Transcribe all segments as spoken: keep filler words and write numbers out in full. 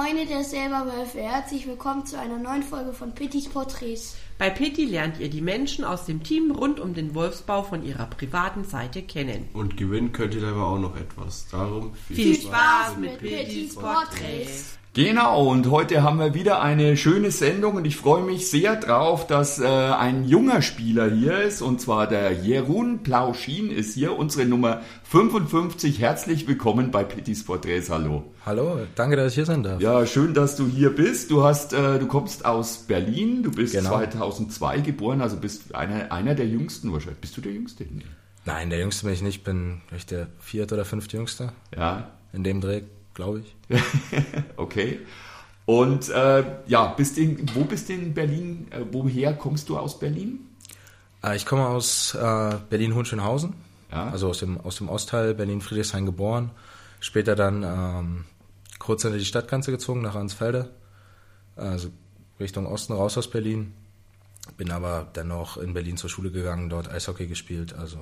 Freunde der Silberwölfe, herzlich willkommen zu einer neuen Folge von Pittys Porträts. Bei Pitti lernt ihr die Menschen aus dem Team rund um den Wolfsbau von ihrer privaten Seite kennen. Und gewinnen könnt ihr aber auch noch etwas. Darum viel, viel Spaß, Spaß mit Pittys Porträts. Genau, und heute haben wir wieder eine schöne Sendung und ich freue mich sehr drauf, dass äh, ein junger Spieler hier ist, und zwar der Jeroen Plauschin ist hier, unsere Nummer fünfundfünfzig. Herzlich willkommen bei Pittys Porträts, hallo. Hallo, danke, dass ich hier sein darf. Ja, schön, dass du hier bist. Du hast, äh, du kommst aus Berlin, du bist genau. zweitausendzwei geboren, also bist einer, einer der Jüngsten wahrscheinlich. Bist du der Jüngste? Nee. Nein, der Jüngste bin ich nicht, bin ich der vierte oder fünfte Jüngste. Ja. In dem Dreh, glaube ich. Okay. Und äh, ja, bist in, wo bist du in Berlin? Äh, woher kommst du aus Berlin? Äh, ich komme aus äh, Berlin-Hohenschönhausen, ja. also aus dem, aus dem Ostteil, Berlin-Friedrichshain geboren. Später dann ähm, kurz hinter die Stadtgrenze gezogen, nach Arnsfelde, also Richtung Osten, raus aus Berlin. Bin aber dann noch in Berlin zur Schule gegangen, dort Eishockey gespielt, also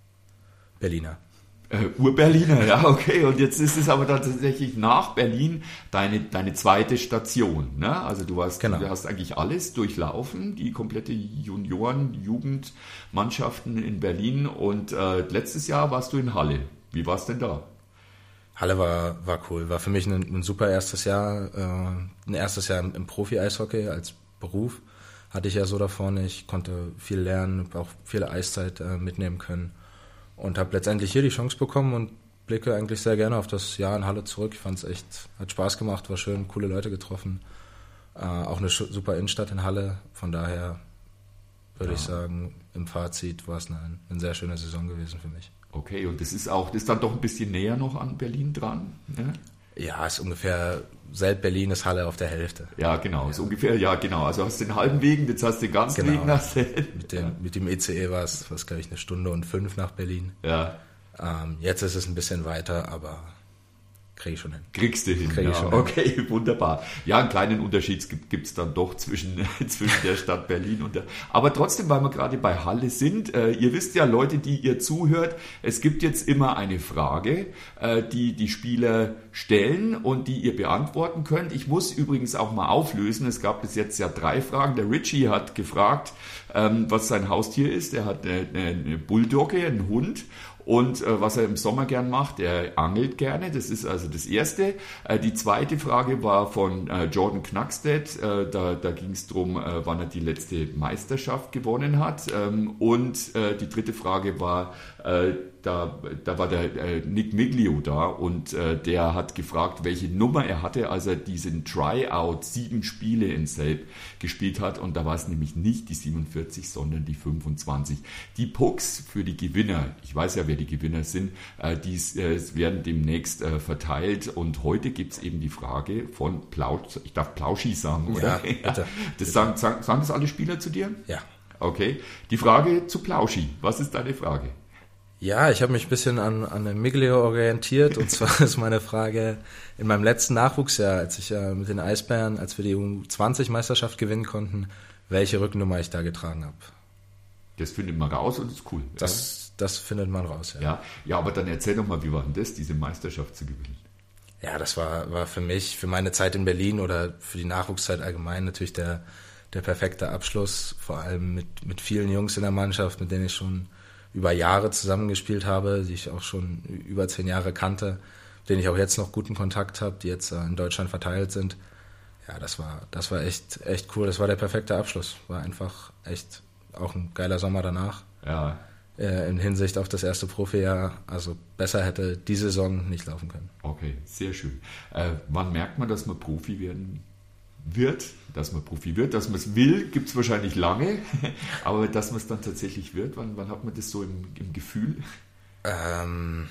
Berliner. Äh, Ur-Berliner, ja, okay. Und jetzt ist es aber dann tatsächlich nach Berlin deine, deine zweite Station, ne? Also du hast, genau. du hast eigentlich alles durchlaufen, die komplette Junioren-, Jugendmannschaften in Berlin, und äh, letztes Jahr warst du in Halle. Wie war es denn da? Halle war, war cool, war für mich ein, ein super erstes Jahr, äh, ein erstes Jahr im, im Profi-Eishockey als Beruf. Hatte ich ja so davor nicht, konnte viel lernen, auch viel Eiszeit äh, mitnehmen können. Und habe letztendlich hier die Chance bekommen und blicke eigentlich sehr gerne auf das Jahr in Halle zurück. Ich fand es echt, hat Spaß gemacht, war schön, coole Leute getroffen. Äh, auch eine super Innenstadt in Halle. Von daher würde ja. ich sagen, im Fazit war es eine, eine sehr schöne Saison gewesen für mich. Okay, und das ist auch, das ist dann doch ein bisschen näher noch an Berlin dran, ne? Ja, ist ungefähr, seit Berlin ist Halle auf der Hälfte. Ja, genau, ist ja. ungefähr, ja, genau. Also hast du den halben Weg, jetzt hast du den ganzen genau. Weg nach mit dem, ja. mit dem E C E war es, glaube ich, eine Stunde und fünf nach Berlin. Ja. Ähm, jetzt ist es ein bisschen weiter, aber kriege ich schon hin. Kriegst du hin, Krieg ja. ich schon Okay, hin. Wunderbar. Ja, einen kleinen Unterschied gibt es dann doch zwischen, zwischen der Stadt Berlin und der... Aber trotzdem, weil wir gerade bei Halle sind, äh, ihr wisst ja, Leute, die ihr zuhört, es gibt jetzt immer eine Frage, äh, die die Spieler stellen und die ihr beantworten könnt. Ich muss übrigens auch mal auflösen, es gab bis jetzt ja drei Fragen. Der Richie hat gefragt, ähm, was sein Haustier ist. Er hat eine, eine Bulldogge, einen Hund. Und äh, was er im Sommer gern macht, er angelt gerne, das ist also das Erste. Äh, die zweite Frage war von äh, Jordan Knackstedt, äh, da, da ging es darum, äh, wann er die letzte Meisterschaft gewonnen hat. Ähm, und äh, die dritte Frage war, äh, da, da war der äh, Nick Miglio da, und äh, der hat gefragt, welche Nummer er hatte, als er diesen Tryout sieben Spiele in Selb gespielt hat, und da war es nämlich nicht die siebenundvierzig, sondern die fünfundzwanzig. Die Pucks für die Gewinner, ich weiß ja, wer die Gewinner sind, äh, die äh, werden demnächst äh, verteilt, und heute gibt es eben die Frage von Plausch, ich darf Plauschi sagen, oder? Ja, bitte. Das bitte. Sagen, sagen, sagen das alle Spieler zu dir? Ja. Okay, die Frage zu Plauschi, was ist deine Frage? Ja, ich habe mich ein bisschen an, an den Miglio orientiert, und zwar ist meine Frage, in meinem letzten Nachwuchsjahr, als ich äh, mit den Eisbären, als wir die U zwanzig Meisterschaft gewinnen konnten, welche Rückennummer ich da getragen habe. Das findet man raus und ist cool. Das, ja. das findet man raus, ja. ja. Ja, aber dann erzähl doch mal, wie war denn das, diese Meisterschaft zu gewinnen? Ja, das war, war für mich, für meine Zeit in Berlin oder für die Nachwuchszeit allgemein natürlich der, der perfekte Abschluss, vor allem mit, mit vielen Jungs in der Mannschaft, mit denen ich schon über Jahre zusammengespielt habe, die ich auch schon über zehn Jahre kannte, mit denen ich auch jetzt noch guten Kontakt habe, die jetzt in Deutschland verteilt sind. Ja, das war, das war echt, echt cool. Das war der perfekte Abschluss. War einfach echt auch ein geiler Sommer danach. Ja. Äh, in Hinsicht auf das erste Profijahr. Also besser hätte die Saison nicht laufen können. Okay, sehr schön. Äh, wann merkt man, dass man Profi werden wird, dass man Profi wird, dass man es will, gibt es wahrscheinlich lange, aber dass man es dann tatsächlich wird, wann, wann hat man das so im, im Gefühl? Ähm,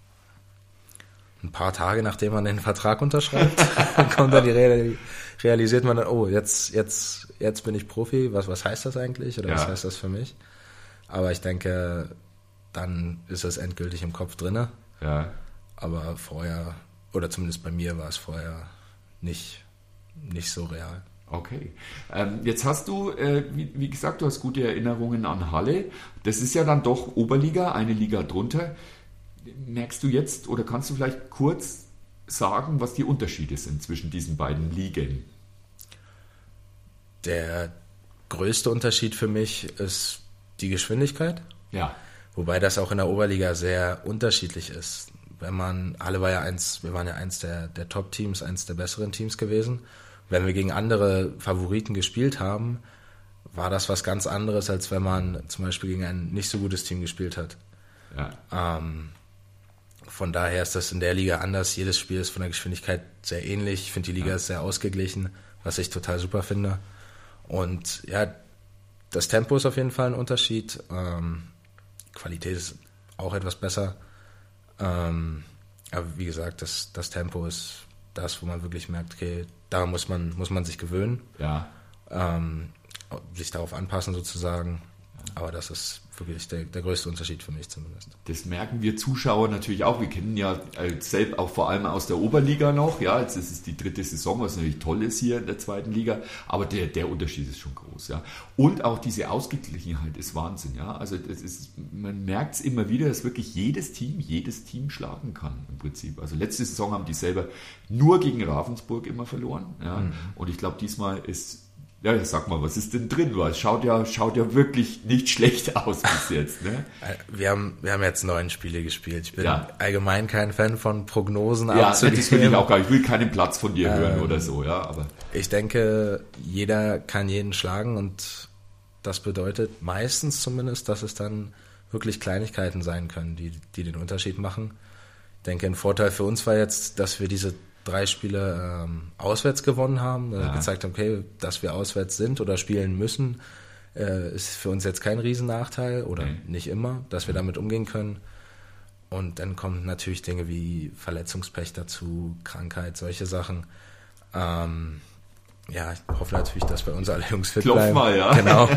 ein paar Tage nachdem man den Vertrag unterschreibt, kommt dann die Real, realisiert man dann, oh, jetzt, jetzt, jetzt bin ich Profi, was, was heißt das eigentlich oder ja. was heißt das für mich? Aber ich denke, dann ist es endgültig im Kopf drinne. Ja. Aber vorher, oder zumindest bei mir war es vorher nicht nicht so real. Okay. Ähm, jetzt hast du, äh, wie, wie gesagt, du hast gute Erinnerungen an Halle. Das ist ja dann doch Oberliga, eine Liga drunter. Merkst du jetzt oder kannst du vielleicht kurz sagen, was die Unterschiede sind zwischen diesen beiden Ligen? Der größte Unterschied für mich ist die Geschwindigkeit. Ja. Wobei das auch in der Oberliga sehr unterschiedlich ist. Wenn man, Halle war ja eins, wir waren ja eins der, der Top-Teams, eins der besseren Teams gewesen. Wenn wir gegen andere Favoriten gespielt haben, war das was ganz anderes, als wenn man zum Beispiel gegen ein nicht so gutes Team gespielt hat. Ja. Ähm, von daher ist das in der Liga anders. Jedes Spiel ist von der Geschwindigkeit sehr ähnlich. Ich finde, die Liga ja. ist sehr ausgeglichen, was ich total super finde. Und ja, das Tempo ist auf jeden Fall ein Unterschied. Ähm, Qualität ist auch etwas besser. Ähm, aber wie gesagt, das, das Tempo ist das, wo man wirklich merkt, okay, da muss man, muss man sich gewöhnen. Ja. Ähm, sich darauf anpassen sozusagen. Aber das ist wirklich der, der größte Unterschied für mich zumindest. Das merken wir Zuschauer natürlich auch. Wir kennen ja selbst auch vor allem aus der Oberliga noch. Ja, jetzt ist es die dritte Saison, was natürlich toll ist hier in der zweiten Liga. Aber der, der Unterschied ist schon groß. Ja. Und auch diese Ausgeglichenheit ist Wahnsinn. Ja. Also das ist, man merkt es immer wieder, dass wirklich jedes Team, jedes Team schlagen kann im Prinzip. Also letzte Saison haben die selber nur gegen Ravensburg immer verloren. Ja. Mhm. Und ich glaube, diesmal ist Ja, sag mal, was ist denn drin? Weil es schaut ja, schaut ja wirklich nicht schlecht aus bis jetzt. Ne? Wir haben, wir haben jetzt neun Spiele gespielt. Ich bin ja. allgemein kein Fan von Prognosen. Ja, das will ich auch gar nicht. Ich will keinen Platz von dir hören ähm, oder so. Ja, aber ich denke, jeder kann jeden schlagen und das bedeutet meistens zumindest, dass es dann wirklich Kleinigkeiten sein können, die, die den Unterschied machen. Ich denke, ein Vorteil für uns war jetzt, dass wir diese drei Spiele ähm, auswärts gewonnen haben, äh, ja. gezeigt haben, okay, dass wir auswärts sind oder spielen müssen, äh, ist für uns jetzt kein Riesennachteil oder okay. nicht immer, dass wir damit umgehen können. Und dann kommen natürlich Dinge wie Verletzungspech dazu, Krankheit, solche Sachen. Ähm, ja, ich hoffe natürlich, dass bei uns alle Jungs fit Klopf bleiben. mal, ja. Genau.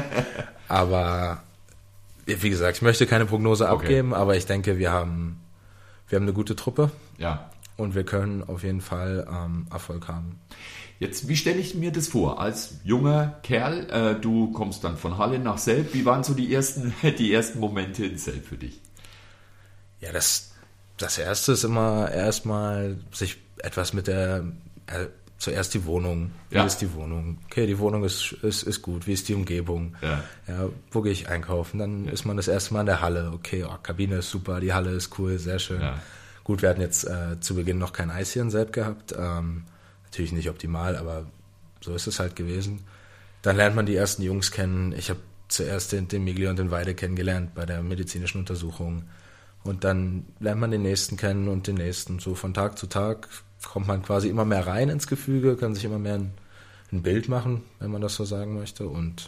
Aber wie gesagt, ich möchte keine Prognose okay. abgeben, aber ich denke, wir haben, wir haben eine gute Truppe. Ja. Und wir können auf jeden Fall ähm, Erfolg haben. Jetzt, wie stelle ich mir das vor? Als junger Kerl, äh, du kommst dann von Halle nach Selb. Wie waren so die ersten, die ersten Momente in Selb für dich? Ja, das, das Erste ist immer erstmal sich etwas mit der, äh, zuerst die Wohnung. Wie ja. ist die Wohnung? Okay, die Wohnung ist, ist, ist gut. Wie ist die Umgebung? Ja. Ja, wo gehe ich einkaufen? Dann ja. ist man das erste Mal in der Halle. Okay, oh, Kabine ist super, die Halle ist cool, sehr schön. Ja. Gut, wir hatten jetzt äh, zu Beginn noch kein Eis hier in Selb gehabt. Ähm, natürlich nicht optimal, aber so ist es halt gewesen. Dann lernt man die ersten Jungs kennen. Ich habe zuerst den, den Migli und den Weide kennengelernt bei der medizinischen Untersuchung. Und dann lernt man den nächsten kennen und den nächsten. So von Tag zu Tag kommt man quasi immer mehr rein ins Gefüge, kann sich immer mehr ein, ein Bild machen, wenn man das so sagen möchte. Und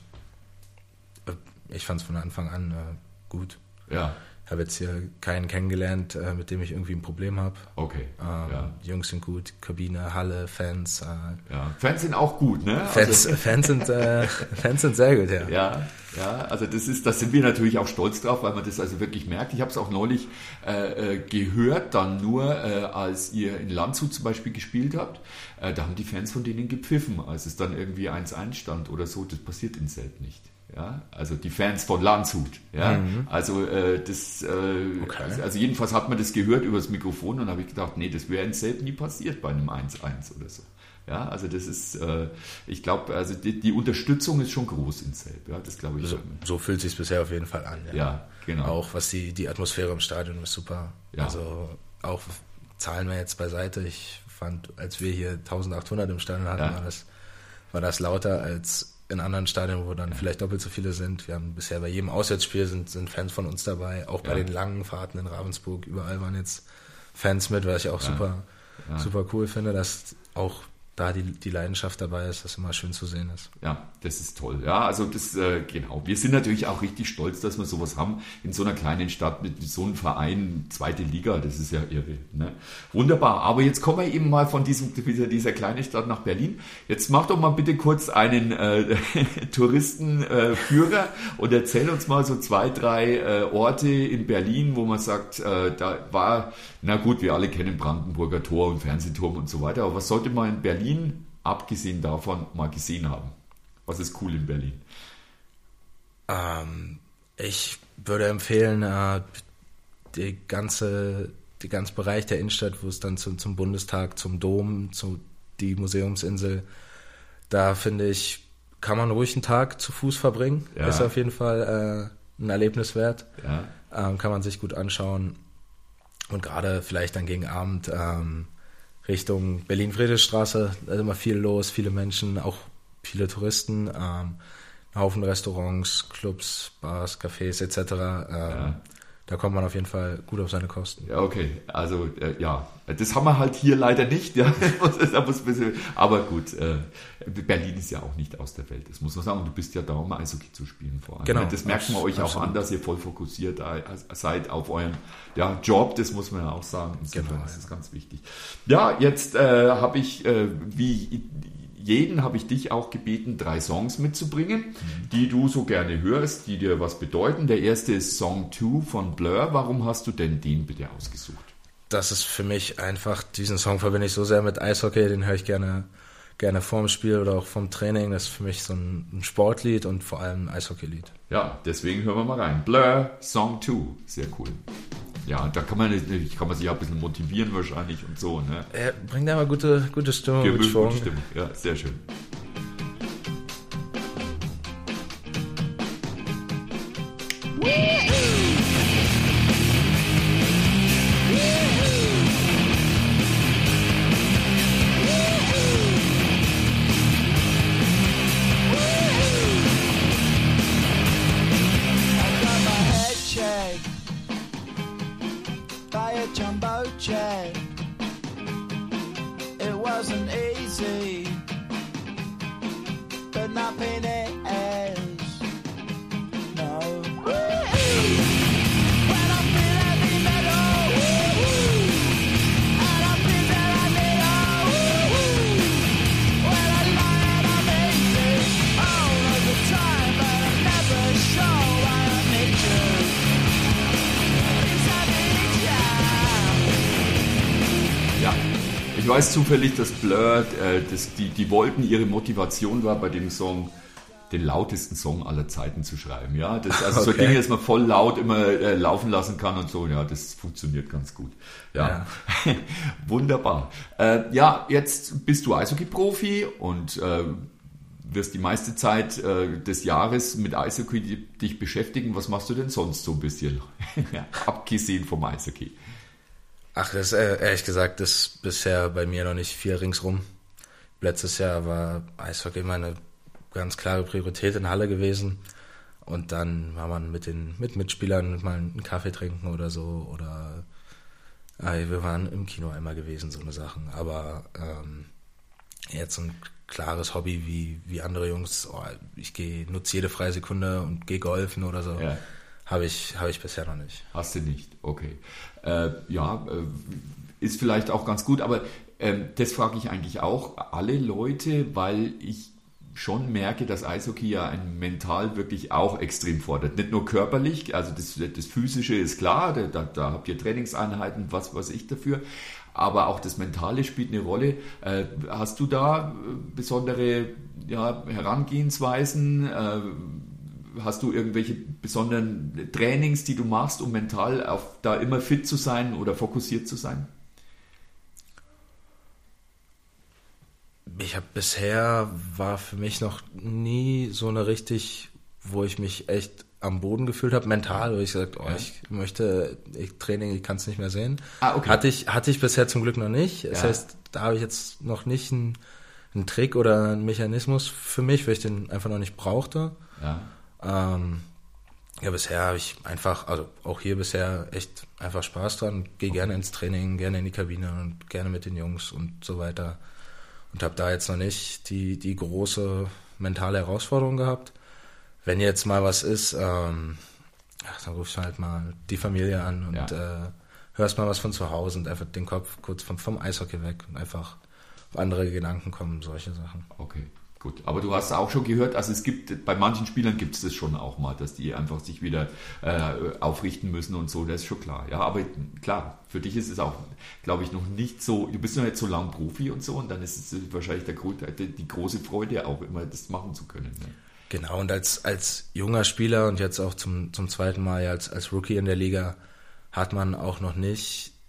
äh, ich fand es von Anfang an äh, gut. Ja. Ich habe jetzt hier keinen kennengelernt, äh, mit dem ich irgendwie ein Problem habe. Okay. Ähm, ja. Die Jungs sind gut, Kabine, Halle, Fans. Äh, ja. Fans sind auch gut, ne? Fans, also, Fans, sind, äh, Fans sind sehr gut, ja. Ja, ja, also das ist, das sind wir natürlich auch stolz drauf, weil man das also wirklich merkt. Ich habe es auch neulich äh, gehört, dann nur, äh, als ihr in Landshut zum Beispiel gespielt habt, äh, da haben die Fans von denen gepfiffen, als es dann irgendwie eins eins stand oder so. Das passiert in Selb nicht. Ja, also die Fans von Landshut. Ja, mhm. also äh, das, äh, okay. also, also jedenfalls hat man das gehört über das Mikrofon und habe ich gedacht, nee, das wäre in Selb nie passiert bei einem eins eins oder so. Ja, also das ist, äh, ich glaube, also die, die Unterstützung ist schon groß in Selb. Ja, das glaube ich. So, so fühlt sich bisher auf jeden Fall an. Ja, ja genau. Auch was die die Atmosphäre im Stadion ist super. Ja. Also auch Zahlen wir jetzt beiseite. Ich fand, als wir hier eintausendachthundert im Stadion hatten, ja. war das war das lauter als in anderen Stadien, wo dann ja. vielleicht doppelt so viele sind. Wir haben bisher bei jedem Auswärtsspiel sind, sind Fans von uns dabei. Auch bei ja. den langen Fahrten in Ravensburg. Überall waren jetzt Fans mit, was ich auch ja. super, ja. super cool finde, dass auch da die, die Leidenschaft dabei ist, dass immer schön zu sehen ist. Ja, das ist toll. Ja, also das, äh, genau. Wir sind natürlich auch richtig stolz, dass wir sowas haben in so einer kleinen Stadt mit so einem Verein, zweite Liga, das ist ja irre. Ne? Wunderbar. Aber jetzt kommen wir eben mal von diesem, dieser, dieser kleinen Stadt nach Berlin. Jetzt mach doch mal bitte kurz einen äh, Touristenführer äh, und erzähl uns mal so zwei, drei äh, Orte in Berlin, wo man sagt, äh, da war, na gut, wir alle kennen Brandenburger Tor und Fernsehturm und so weiter, aber was sollte man in Berlin abgesehen davon mal gesehen haben? Was ist cool in Berlin? Ähm, ich würde empfehlen, äh, die ganze, der ganze Bereich der Innenstadt, wo es dann zum, zum Bundestag, zum Dom, zu die Museumsinsel, da finde ich, kann man ruhig einen Tag zu Fuß verbringen. Ja. Ist auf jeden Fall äh, ein Erlebnis wert. Ja. Ähm, kann man sich gut anschauen. Und gerade vielleicht dann gegen Abend ähm, Richtung Berlin-Friedrichstraße, da ist immer viel los, viele Menschen, auch viele Touristen, ähm, ein Haufen Restaurants, Clubs, Bars, Cafés et cetera. Ähm, ja. Da kommt man auf jeden Fall gut auf seine Kosten. Ja, okay. Also, äh, ja, das haben wir halt hier leider nicht. Ja. Aber gut, äh, Berlin ist ja auch nicht aus der Welt. Das muss man sagen. Du bist ja da, um Eishockey zu spielen vor allem. Genau. Das merkt man euch auch an, dass ihr voll fokussiert seid auf euren ja, Job. Das muss man ja auch sagen. Insofern genau, das ist ganz wichtig. Ja, jetzt äh, habe ich, äh, wie jeden habe ich dich auch gebeten, drei Songs mitzubringen, mhm. die du so gerne hörst, die dir was bedeuten. Der erste ist Song two von Blur. Warum hast du denn den bitte ausgesucht? Das ist für mich einfach, diesen Song verbinde ich so sehr mit Eishockey, den höre ich gerne, gerne vorm Spiel oder auch vom Training. Das ist für mich so ein, ein Sportlied und vor allem ein Eishockeylied. Ja, deswegen hören wir mal rein. Blur, Song two. Sehr cool. Ja, da kann man, kann man sich auch ein bisschen motivieren wahrscheinlich und so. Ne? Er bringt einfach gute, gute Stimmung. Gute Stimmung, ja, sehr schön. Ich weiß zufällig, dass Blur, äh, das, die, die wollten, ihre Motivation war bei dem Song, den lautesten Song aller Zeiten zu schreiben. Ja, das, also okay. So Dinge, dass man voll laut immer äh, laufen lassen kann und so, ja, das funktioniert ganz gut. Ja, ja. Wunderbar. Äh, ja, jetzt bist du Eishockey-Profi und äh, wirst die meiste Zeit äh, des Jahres mit Eishockey dich beschäftigen. Was machst du denn sonst so ein bisschen, abgesehen vom Eishockey? Ach, das ist äh, ehrlich gesagt, das ist bisher bei mir noch nicht viel ringsrum. Letztes Jahr war Eishockey meine ganz klare Priorität in Halle gewesen. Und dann war man mit den mit Mitspielern mal einen Kaffee trinken oder so. Oder äh, wir waren im Kino einmal gewesen, so eine Sachen. Aber ähm, jetzt ein klares Hobby wie, wie andere Jungs, oh, ich gehe, nutze jede freie Sekunde und gehe golfen oder so. Ja. Habe ich, habe ich bisher noch nicht. Hast du nicht, okay. Äh, ja, äh, ist vielleicht auch ganz gut, aber äh, das frage ich eigentlich auch alle Leute, weil ich schon merke, dass Eishockey ja ein mental wirklich auch extrem fordert. Nicht nur körperlich, also das, das Physische ist klar, da, da habt ihr Trainingseinheiten, was weiß ich dafür, aber auch das Mentale spielt eine Rolle. Äh, hast du da besondere ja, Herangehensweisen? Äh, Hast du irgendwelche besonderen Trainings, die du machst, um mental auf da immer fit zu sein oder fokussiert zu sein? Ich habe bisher, war für mich noch nie so eine richtig, wo ich mich echt am Boden gefühlt habe, mental, wo ich gesagt, oh, ja. ich möchte ich, Training, ich kann es nicht mehr sehen. Ah, okay. Hatte ich, hatte ich bisher zum Glück noch nicht. Das ja. heißt, da habe ich jetzt noch nicht einen, einen Trick oder einen Mechanismus für mich, weil ich den einfach noch nicht brauchte. Ja. Ähm, ja, bisher habe ich einfach, also auch hier bisher echt einfach Spaß dran, gehe gerne ins Training, gerne in die Kabine und gerne mit den Jungs und so weiter und habe da jetzt noch nicht die, die große mentale Herausforderung gehabt. Wenn jetzt mal was ist, ähm, ach, dann ruf ich halt mal die Familie an und ja. äh, hörst mal was von zu Hause und einfach den Kopf kurz vom, vom Eishockey weg und einfach auf andere Gedanken kommen, solche Sachen. Okay. Gut, aber du hast auch schon gehört, also es gibt, bei manchen Spielern gibt es das schon auch mal, dass die einfach sich wieder äh, aufrichten müssen und so, das ist schon klar. Ja, aber klar, für dich ist es auch, glaube ich, noch nicht so, du bist noch nicht so lang Profi und so und dann ist es wahrscheinlich der, die große Freude auch immer, das machen zu können. Ne? Genau, und als, als junger Spieler und jetzt auch zum, zum zweiten Mal als, als Rookie in der Liga hat man auch noch nicht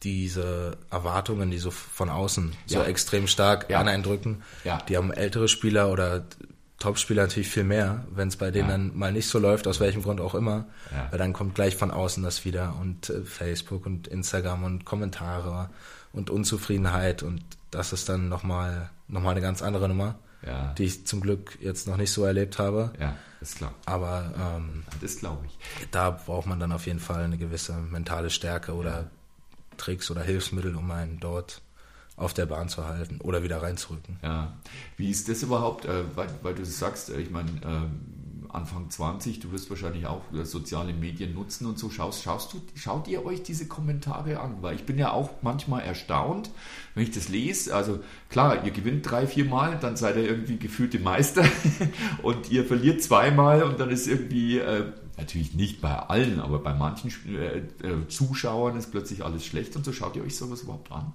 diese Erwartungen, die so von außen so Ja. extrem stark Ja. aneindrücken, Ja. die haben ältere Spieler oder Topspieler natürlich viel mehr, wenn es bei denen Ja. dann mal nicht so läuft, aus welchem Grund auch immer, Ja. weil dann kommt gleich von außen das wieder und äh, Facebook und Instagram und Kommentare und Unzufriedenheit und das ist dann nochmal noch mal eine ganz andere Nummer, Ja. die ich zum Glück jetzt noch nicht so erlebt habe, Ja, ist klar. aber ähm, Das glaube ich. da braucht man dann auf jeden Fall eine gewisse mentale Stärke oder Tricks oder Hilfsmittel, um einen dort auf der Bahn zu halten oder wieder reinzurücken. Ja. Wie ist das überhaupt, äh, weil, weil du das sagst, äh, ich meine, ähm, Anfang zwanzig, du wirst wahrscheinlich auch äh, soziale Medien nutzen und so. Schaust, schaust du, schaut ihr euch diese Kommentare an? Weil ich bin ja auch manchmal erstaunt, wenn ich das lese. Also klar, ihr gewinnt drei, vier Mal, dann seid ihr irgendwie gefühlte Meister und ihr verliert zweimal und dann ist irgendwie, äh, natürlich nicht bei allen, aber bei manchen äh, äh, Zuschauern ist plötzlich alles schlecht und so. Schaut ihr euch sowas überhaupt an?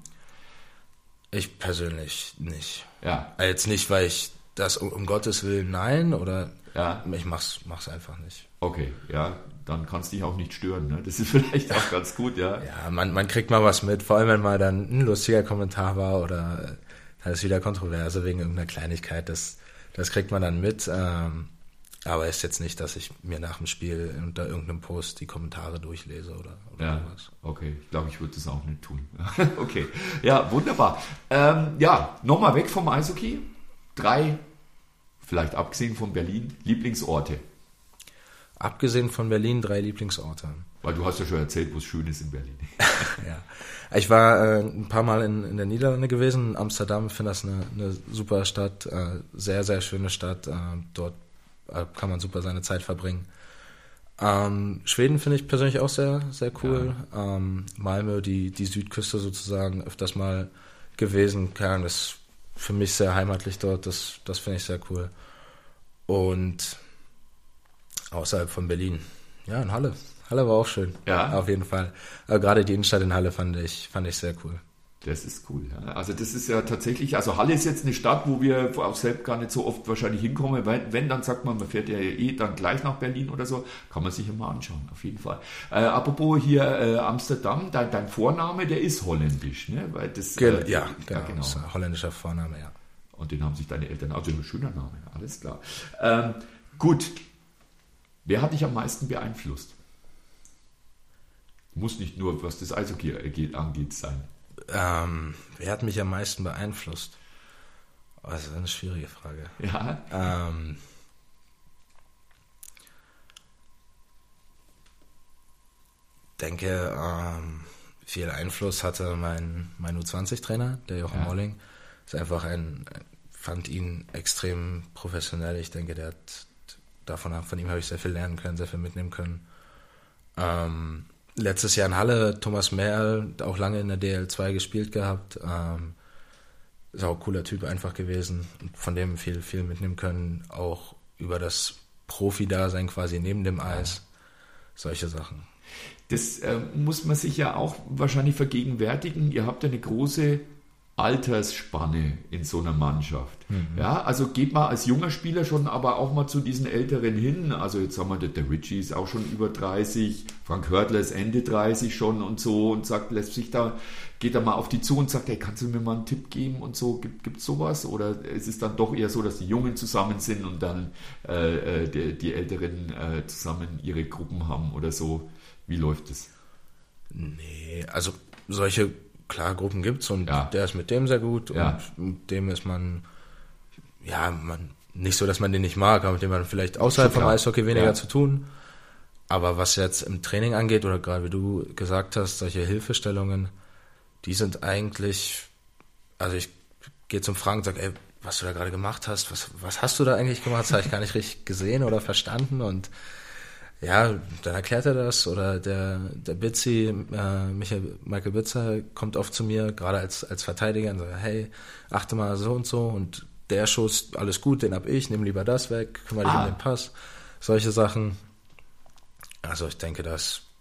Ich persönlich nicht. Ja. Jetzt nicht, weil ich das um, um Gottes Willen nein oder Ja. ich mach's, mach's einfach nicht. Okay, ja, dann kannst du dich auch nicht stören. Ne? Das ist vielleicht auch ganz gut, ja. Ja, man, man kriegt mal was mit, vor allem wenn mal dann ein lustiger Kommentar war oder da ist wieder Kontroverse wegen irgendeiner Kleinigkeit, das, das kriegt man dann mit. Ähm, aber ist jetzt nicht, dass ich mir nach dem Spiel unter irgendeinem Post die Kommentare durchlese oder, oder Ja, sowas. okay. Ich glaube, ich würde das auch nicht tun. Okay, ja, wunderbar. Ähm, ja, nochmal weg vom Eishockey. Drei, vielleicht abgesehen von Berlin, Lieblingsorte. Abgesehen von Berlin drei Lieblingsorte. Weil du hast ja schon erzählt, wo es schön ist in Berlin. Ja. Ich war äh, ein paar Mal in, in der Niederlande gewesen, in Amsterdam, ich finde das eine, eine super Stadt, äh, sehr, sehr schöne Stadt, äh, dort äh, kann man super seine Zeit verbringen. Ähm, Schweden finde ich persönlich auch sehr, sehr cool. Ja. Ähm, Malmö, die, die Südküste sozusagen, öfters mal gewesen, keine Ahnung, das ist für mich sehr heimatlich dort, das, das finde ich sehr cool. Und außerhalb von Berlin, ja, in Halle. Halle war auch schön, Ja. auf jeden Fall. Aber gerade die Innenstadt in Halle fand ich, fand ich sehr cool. Das ist cool. Ja. Also das ist ja tatsächlich, also Halle ist jetzt eine Stadt, wo wir auch selbst gar nicht so oft wahrscheinlich hinkommen. Wenn, wenn dann sagt man, man fährt ja eh dann gleich nach Berlin oder so, kann man sich ja mal anschauen, auf jeden Fall. Äh, apropos hier äh, Amsterdam, dein, dein Vorname, der ist holländisch, ne? Weil das, Ge- äh, ja, genau, ja, genau. das ist ein holländischer Vorname, ja. Und den haben sich deine Eltern, also ein schöner Name, alles klar. Ähm, gut, wer hat dich am meisten beeinflusst? Muss nicht nur, was das Eishockey angeht, sein. Ähm, wer hat mich am meisten beeinflusst? Oh, das ist eine schwierige Frage. Ja. Ähm, denke, ähm, viel Einfluss hatte mein, mein U zwanzig Trainer, der Jochen Ja. Molling. Ist einfach ein, fand ihn extrem professionell. Ich denke, der hat, davon, von ihm habe ich sehr viel lernen können, sehr viel mitnehmen können. Ähm, letztes Jahr in Halle, Thomas Merl, auch lange in der D L zwei gespielt gehabt. Ähm, ist auch ein cooler Typ einfach gewesen und von dem viel, viel mitnehmen können. Auch über das Profi-Dasein quasi neben dem Eis. Solche Sachen. Das äh, muss man sich ja auch wahrscheinlich vergegenwärtigen. Ihr habt ja eine große Altersspanne in so einer Mannschaft. Mhm. Ja, also geht man als junger Spieler schon aber auch mal zu diesen Älteren hin. Also jetzt sagen wir, der, der Richie ist auch schon über dreißig, Frank Hörtler ist Ende dreißig schon und so und sagt, lässt sich da, geht da mal auf die zu und sagt, hey, kannst du mir mal einen Tipp geben und so, gibt es sowas? Oder ist es dann doch eher so, dass die Jungen zusammen sind und dann äh, die, die Älteren äh, zusammen ihre Gruppen haben oder so? Wie läuft das? Nee, also solche klar Gruppen gibt's und ja. der ist mit dem sehr gut ja. und mit dem ist man, ja, man nicht so, dass man den nicht mag, aber mit dem man vielleicht außerhalb vom Eishockey weniger ja. zu tun. Aber was jetzt im Training angeht oder gerade wie du gesagt hast, solche Hilfestellungen, die sind eigentlich, also ich gehe zum Frank und sage, ey, was du da gerade gemacht hast, was, was hast du da eigentlich gemacht? Das habe ich gar nicht richtig gesehen oder verstanden und ja, dann erklärt er das oder der, der Bitzi, äh, Michael, Michael Bitzer kommt oft zu mir, gerade als, als Verteidiger und sagt, hey, achte mal so und so und der Schuss, alles gut, den hab ich, nimm lieber das weg, kümmere dich ah. um den Pass, solche Sachen. Also ich denke, das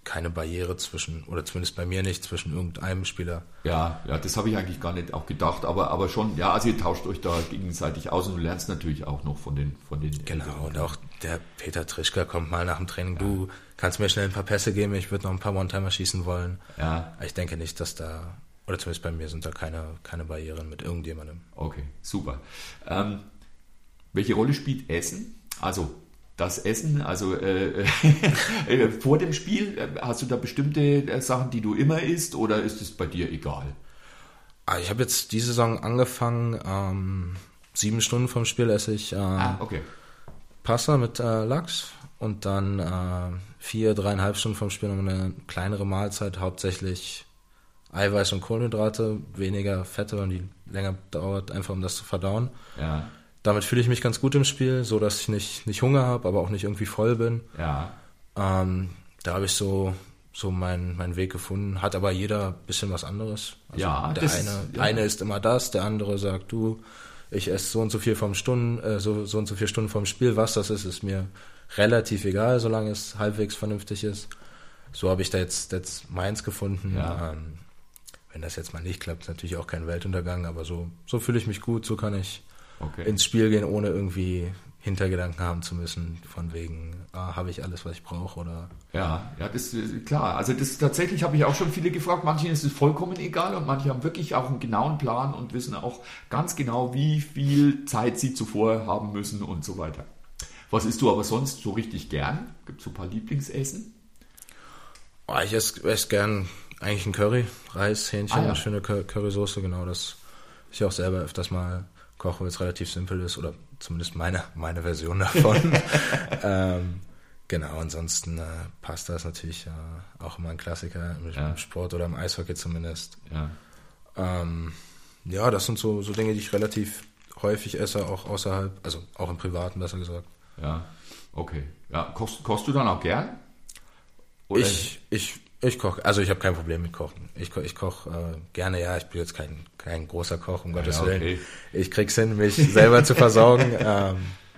keine Barriere zwischen, oder zumindest bei mir nicht, zwischen irgendeinem Spieler. Ja, ja, das habe ich eigentlich gar nicht auch gedacht, aber, aber schon, ja, also ihr tauscht euch da gegenseitig aus und du lernst natürlich auch noch von den, von den Genau, Älteren. und auch der Peter Trischka kommt mal nach dem Training, ja. Du kannst mir schnell ein paar Pässe geben, ich würde noch ein paar One-Timer schießen wollen. Ja. Ich denke nicht, dass da, oder zumindest bei mir sind da keine, keine Barrieren mit irgendjemandem. Okay, super. Ähm, welche Rolle spielt Essen? Also das Essen, also äh, äh, vor dem Spiel, äh, hast du da bestimmte äh, Sachen, die du immer isst, oder ist es bei dir egal? Ich habe jetzt die Saison angefangen, ähm, sieben Stunden vom Spiel esse ich äh, ah, okay. Pasta mit äh, Lachs und dann äh, vier, dreieinhalb Stunden vom Spiel noch eine kleinere Mahlzeit, hauptsächlich Eiweiß und Kohlenhydrate, weniger Fette, weil die länger dauert, einfach um das zu verdauen. Ja. Damit fühle ich mich ganz gut im Spiel, so dass ich nicht, nicht Hunger habe, aber auch nicht irgendwie voll bin. Ja. Ähm, da habe ich so, so meinen mein Weg gefunden. Hat aber jeder ein bisschen was anderes. Also ja, der das eine, ist, ja. eine isst immer das, der andere sagt, du, ich esse so und so viel vom Stunden, äh, so, so und so viele Stunden vom Spiel. Was das ist, ist mir relativ egal, solange es halbwegs vernünftig ist. So habe ich da jetzt, jetzt meins gefunden. Ja. Ähm, wenn das jetzt mal nicht klappt, ist natürlich auch kein Weltuntergang, aber so, so fühle ich mich gut, so kann ich Okay. ins Spiel gehen, ohne irgendwie Hintergedanken haben zu müssen, von wegen, ah, habe ich alles, was ich brauche, oder... Ja, ja, das ist klar. Also das tatsächlich habe ich auch schon viele gefragt. Manchen ist es vollkommen egal und manche haben wirklich auch einen genauen Plan und wissen auch ganz genau, wie viel Zeit sie zuvor haben müssen und so weiter. Was isst du aber sonst so richtig gern? Gibt es so ein paar Lieblingsessen? Oh, ich esse, esse gern eigentlich ein Curry, Reis, Hähnchen, Ah, ja. eine schöne Cur- Currysoße, genau, das ich auch selber öfters mal koche, weil es relativ simpel ist, oder zumindest meine, meine Version davon. ähm, genau, ansonsten äh, Pasta ist natürlich äh, auch immer ein Klassiker im, Ja. im Sport oder im Eishockey zumindest. Ja. Ähm, ja, das sind so, so Dinge, die ich relativ häufig esse, auch außerhalb, also auch im Privaten, besser gesagt. Ja, okay. Ja, kochst, kochst du dann auch gern? Oder? Ich, ich, ich koche, also ich habe kein Problem mit Kochen. Ich, ko- ich koche äh, gerne, ja, ich bin jetzt kein, kein großer Koch, um Gottes ja, Willen. okay. Ich krieg's hin, mich selber zu versorgen. Ähm,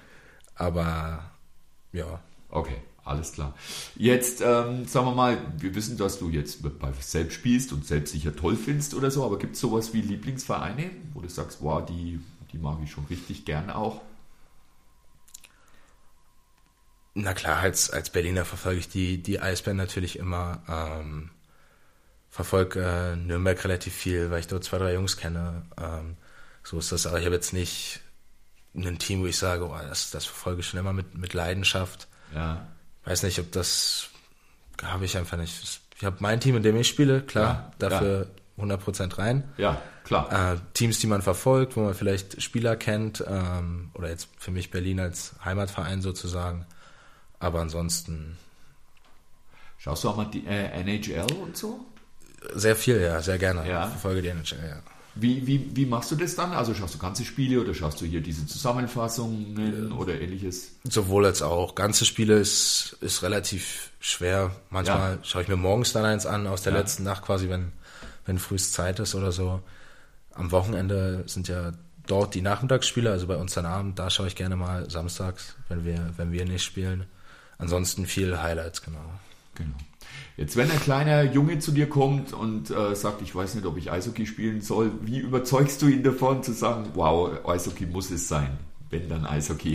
aber ja. Okay, alles klar. Jetzt, ähm, sagen wir mal, wir wissen, dass du jetzt bei selbst spielst und selbst sicher toll findest oder so, aber gibt es sowas wie Lieblingsvereine, wo du sagst, wow, die, die mag ich schon richtig gern auch? Na klar, als, als Berliner verfolge ich die, die Eisbären natürlich immer. Ähm, verfolge äh, Nürnberg relativ viel, weil ich dort zwei, drei Jungs kenne. Ähm, so ist das, aber ich habe jetzt nicht ein Team, wo ich sage, oh, das, das verfolge ich schon immer mit, mit Leidenschaft. Ja. Weiß nicht, ob das habe ich einfach nicht. Ich habe mein Team, in dem ich spiele, klar, Ja, dafür ja. hundert Prozent rein. Ja, klar. Äh, Teams, die man verfolgt, wo man vielleicht Spieler kennt, ähm, oder jetzt für mich Berlin als Heimatverein sozusagen. Aber ansonsten Schaust du auch mal die äh, N H L und so? sehr viel, ja, sehr gerne. Ja. Ich verfolge die N H L, ja. Wie, wie, wie machst du das dann? Also schaust du ganze Spiele oder schaust du hier diese Zusammenfassungen oder ähnliches? Sowohl als auch. Ganze Spiele ist, ist relativ schwer. Manchmal Ja. schaue ich mir morgens dann eins an, aus der Ja. letzten Nacht quasi, wenn, wenn frühest Zeit ist oder so. Am Wochenende sind ja dort die Nachmittagsspiele, also bei uns dann Abend, da schaue ich gerne mal samstags, wenn wir, wenn wir nicht spielen. Ansonsten viel Highlights, genau. Genau. Jetzt, wenn ein kleiner Junge zu dir kommt und äh, sagt, ich weiß nicht, ob ich Eishockey spielen soll, wie überzeugst du ihn davon zu sagen, wow, Eishockey muss es sein, wenn dann Eishockey?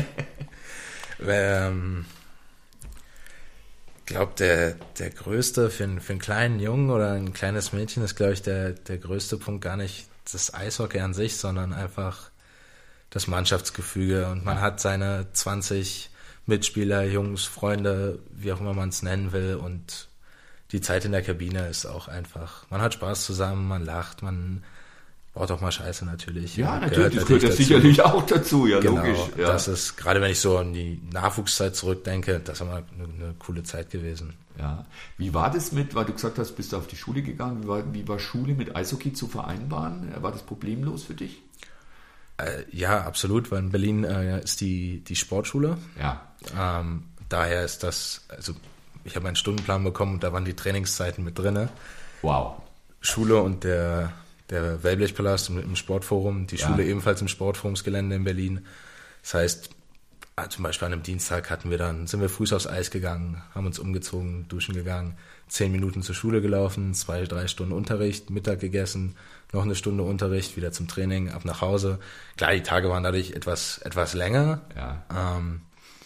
Ähm, ich glaube, der, der größte für, einen- für einen kleinen Jungen oder ein kleines Mädchen ist, glaube ich, der, der größte Punkt gar nicht das Eishockey an sich, sondern einfach das Mannschaftsgefüge. Und man Ja. hat seine zwanzig Mitspieler, Jungs, Freunde, wie auch immer man es nennen will. Und die Zeit in der Kabine ist auch einfach, man hat Spaß zusammen, man lacht, man baut auch mal Scheiße natürlich. Ja, Gehört natürlich, das gehört ja dazu. sicherlich auch dazu, ja, Genau, logisch. Ja. das ist, gerade wenn ich so an die Nachwuchszeit zurückdenke, das ist immer eine, eine coole Zeit gewesen. Ja. Wie war das mit, weil du gesagt hast, bist du auf die Schule gegangen, wie war, wie war Schule mit Eishockey zu vereinbaren? War das problemlos für dich? Äh, ja, absolut, weil in Berlin äh, ist die, die Sportschule. Ja. Ähm, daher ist das, also ich habe einen Stundenplan bekommen und da waren die Trainingszeiten mit drinne. Wow. Schule und der, der Wellblechpalast im, im Sportforum, die Ja. Schule ebenfalls im Sportforumsgelände in Berlin. Das heißt, ah, zum Beispiel an einem Dienstag hatten wir dann, sind wir früh aufs Eis gegangen, haben uns umgezogen, duschen gegangen, zehn Minuten zur Schule gelaufen, zwei, drei Stunden Unterricht, Mittag gegessen, noch eine Stunde Unterricht, wieder zum Training, ab nach Hause. Klar, die Tage waren dadurch etwas, etwas länger, Ja. ähm,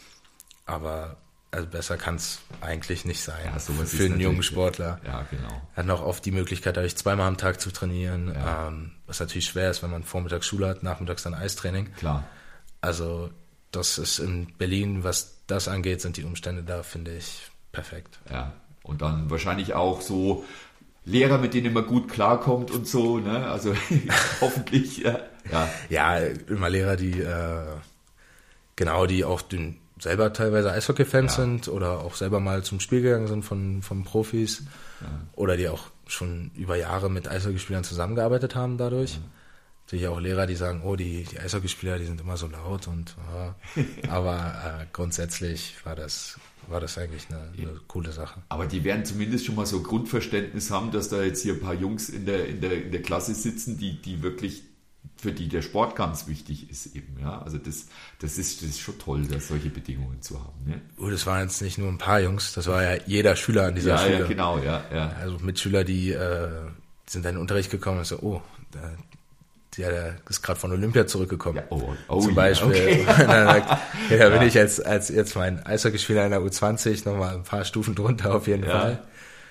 aber also besser kann es eigentlich nicht sein Ja, sowas für ist einen jungen natürlich- Sportler. Ja, genau. Hat auch oft die Möglichkeit, dadurch zweimal am Tag zu trainieren, Ja. ähm, was natürlich schwer ist, wenn man vormittags Schule hat, nachmittags dann Eistraining. Klar. Also das ist in Berlin, was das angeht, sind die Umstände da, finde ich, perfekt. Ja. Und dann wahrscheinlich auch so Lehrer, mit denen man gut klarkommt und so, ne? Also hoffentlich, ja. ja. Ja, immer Lehrer, die äh, genau, die auch den, selber teilweise Eishockey-Fans Ja. sind oder auch selber mal zum Spiel gegangen sind von, von Profis oder die auch schon über Jahre mit Eishockeyspielern zusammengearbeitet haben dadurch. Natürlich auch Lehrer, die sagen, oh, die, die Eishockeyspieler, die sind immer so laut und ja. aber äh, grundsätzlich war das, war das eigentlich eine, eine coole Sache. Aber die werden zumindest schon mal so Grundverständnis haben, dass da jetzt hier ein paar Jungs in der, in der, in der Klasse sitzen, die, die wirklich, für die der Sport ganz wichtig ist eben, ja. Also das, das ist, das ist schon toll, dass solche Bedingungen zu haben, ne? Oh, das waren jetzt nicht nur ein paar Jungs, das war ja jeder Schüler an dieser Ja, Schule. ja, genau, ja, ja. Also Mitschüler, die äh, sind dann in den Unterricht gekommen und so, oh, der, der, der ist gerade von Olympia zurückgekommen. Ja, oh, oh, Zum ja, Beispiel. okay. Und dann sagt, ja, da bin ich als, als jetzt mein Eishockeyspieler in der U zwanzig nochmal ein paar Stufen drunter auf jeden Ja. Fall.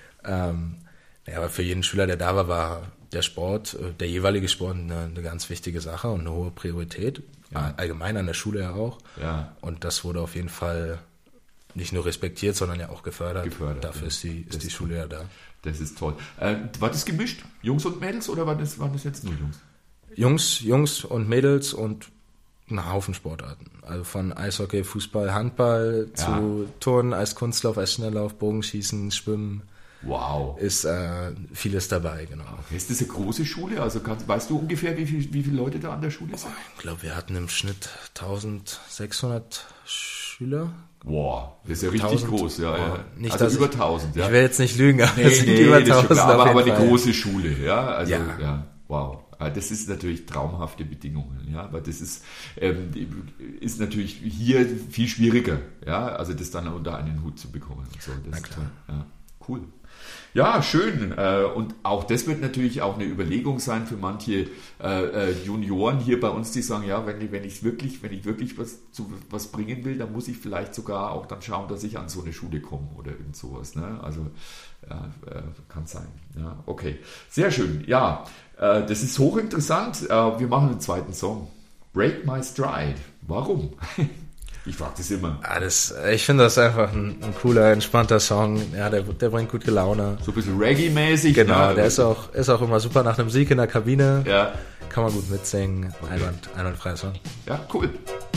Ähm, ja, aber für jeden Schüler, der da war, war der Sport, äh, der jeweilige Sport eine, eine ganz wichtige Sache und eine hohe Priorität. Ja. Allgemein an der Schule ja auch. Ja. Und das wurde auf jeden Fall nicht nur respektiert, sondern ja auch gefördert. Gefördert, Dafür ja. ist die, Das ist die ist Schule ja da. Das ist toll. Äh, war das gemischt? Jungs und Mädels oder war das, waren das jetzt nur Jungs? Jungs, Jungs und Mädels und ein Haufen Sportarten. Also von Eishockey, Fußball, Handball Ja. zu Turnen, Eiskunstlauf, Eisschnelllauf, Bogenschießen, Schwimmen. Wow. Ist äh, vieles dabei, genau. Ist das eine große Schule? Also kannst, weißt du ungefähr, wie, viel, wie viele Leute da an der Schule sind? Ich glaube, wir hatten im Schnitt eintausendsechshundert Schüler. Wow, das ist ja richtig tausend. groß. Ja, ja. Oh, nicht, also dass über ich- tausend. Ja. Ich will jetzt nicht lügen, aber Nee, es sind nee, über das ist schon tausend klar, aber, auf aber jeden eine Fall. große Schule, ja. Also, ja. Ja. wow. Ah, das ist natürlich traumhafte Bedingungen, ja. Aber das ist, ähm, ist natürlich hier viel schwieriger, ja. Also das dann unter einen Hut zu bekommen. Und so. Das Na ist klar. toll. Ja, cool. Ja, schön. Äh, Und auch das wird natürlich auch eine Überlegung sein für manche äh, äh, Junioren hier bei uns, die sagen, ja, wenn ich, wenn ich wirklich, wenn ich wirklich was zu was bringen will, dann muss ich vielleicht sogar auch dann schauen, dass ich an so eine Schule komme oder irgend sowas. Ne? Also ja, äh, kann sein. Ja, okay. Sehr schön. Ja, äh, das ist hochinteressant. Äh, wir machen einen zweiten Song. Break My Stride. Warum? Ich frage das immer. Ah, das, ich finde das einfach ein, ein cooler, entspannter Song. Ja, der, der bringt gute Laune. So ein bisschen Reggae-mäßig. Genau, ne? der ist auch, ist auch immer super nach einem Sieg in der Kabine. Ja, Kann man gut mitsingen. Einwand, einwandfreier Song. ja, cool.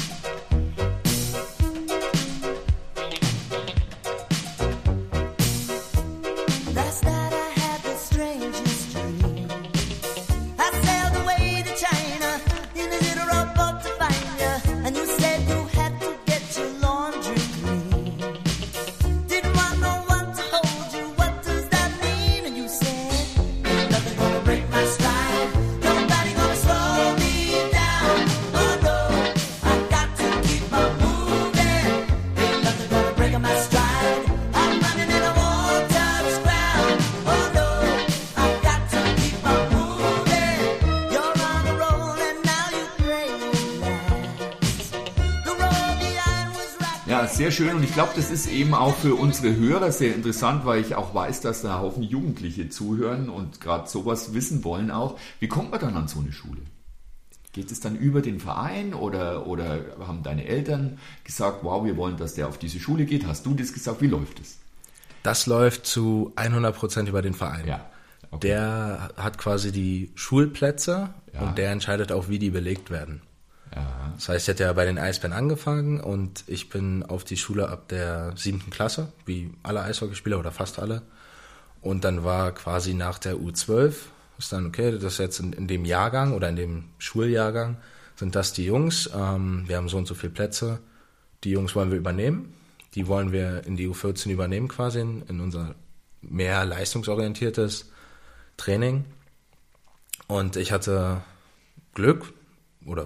Last night I had the strangest dream. I sailed away to China in a little rowboat to find you, and you said you had to get your laundry clean. Didn't want no one to hold you. What does that mean? And you said, ain't nothing gonna break my stride. Nobody gonna slow me down. Oh no, I got to keep on moving. Ain't nothing gonna break my stride. I'm running in a war-touched ground. Oh no, I got to keep on moving. You're on a roll and now you pray it lasts. The road behind was right. Ja, sehr schön. Und ich glaube, das ist eben auch für unsere Hörer sehr interessant, weil ich auch weiß, dass da ein Haufen Jugendliche zuhören und gerade sowas wissen wollen auch. Wie kommt man dann an so eine Schule? Geht es dann über den Verein oder, oder haben deine Eltern gesagt, wow, wir wollen, dass der auf diese Schule geht? Hast du das gesagt? Wie läuft es? Das läuft zu hundert Prozent über den Verein. Ja, okay. Der hat quasi die Schulplätze Ja. und der entscheidet auch, wie die belegt werden. Ja, Das heißt, ich hatte ja bei den Eisbären angefangen und ich bin auf die Schule ab der siebten Klasse, wie alle Eishockeyspieler oder fast alle. Und dann war quasi nach der U zwölf, ist dann okay, das ist jetzt in, in dem Jahrgang oder in dem Schuljahrgang, sind das die Jungs. Ähm, wir haben so und so viele Plätze. Die Jungs wollen wir übernehmen. Die wollen wir in die U vierzehn übernehmen quasi, in, in unser mehr leistungsorientiertes Training. Und ich hatte Glück, oder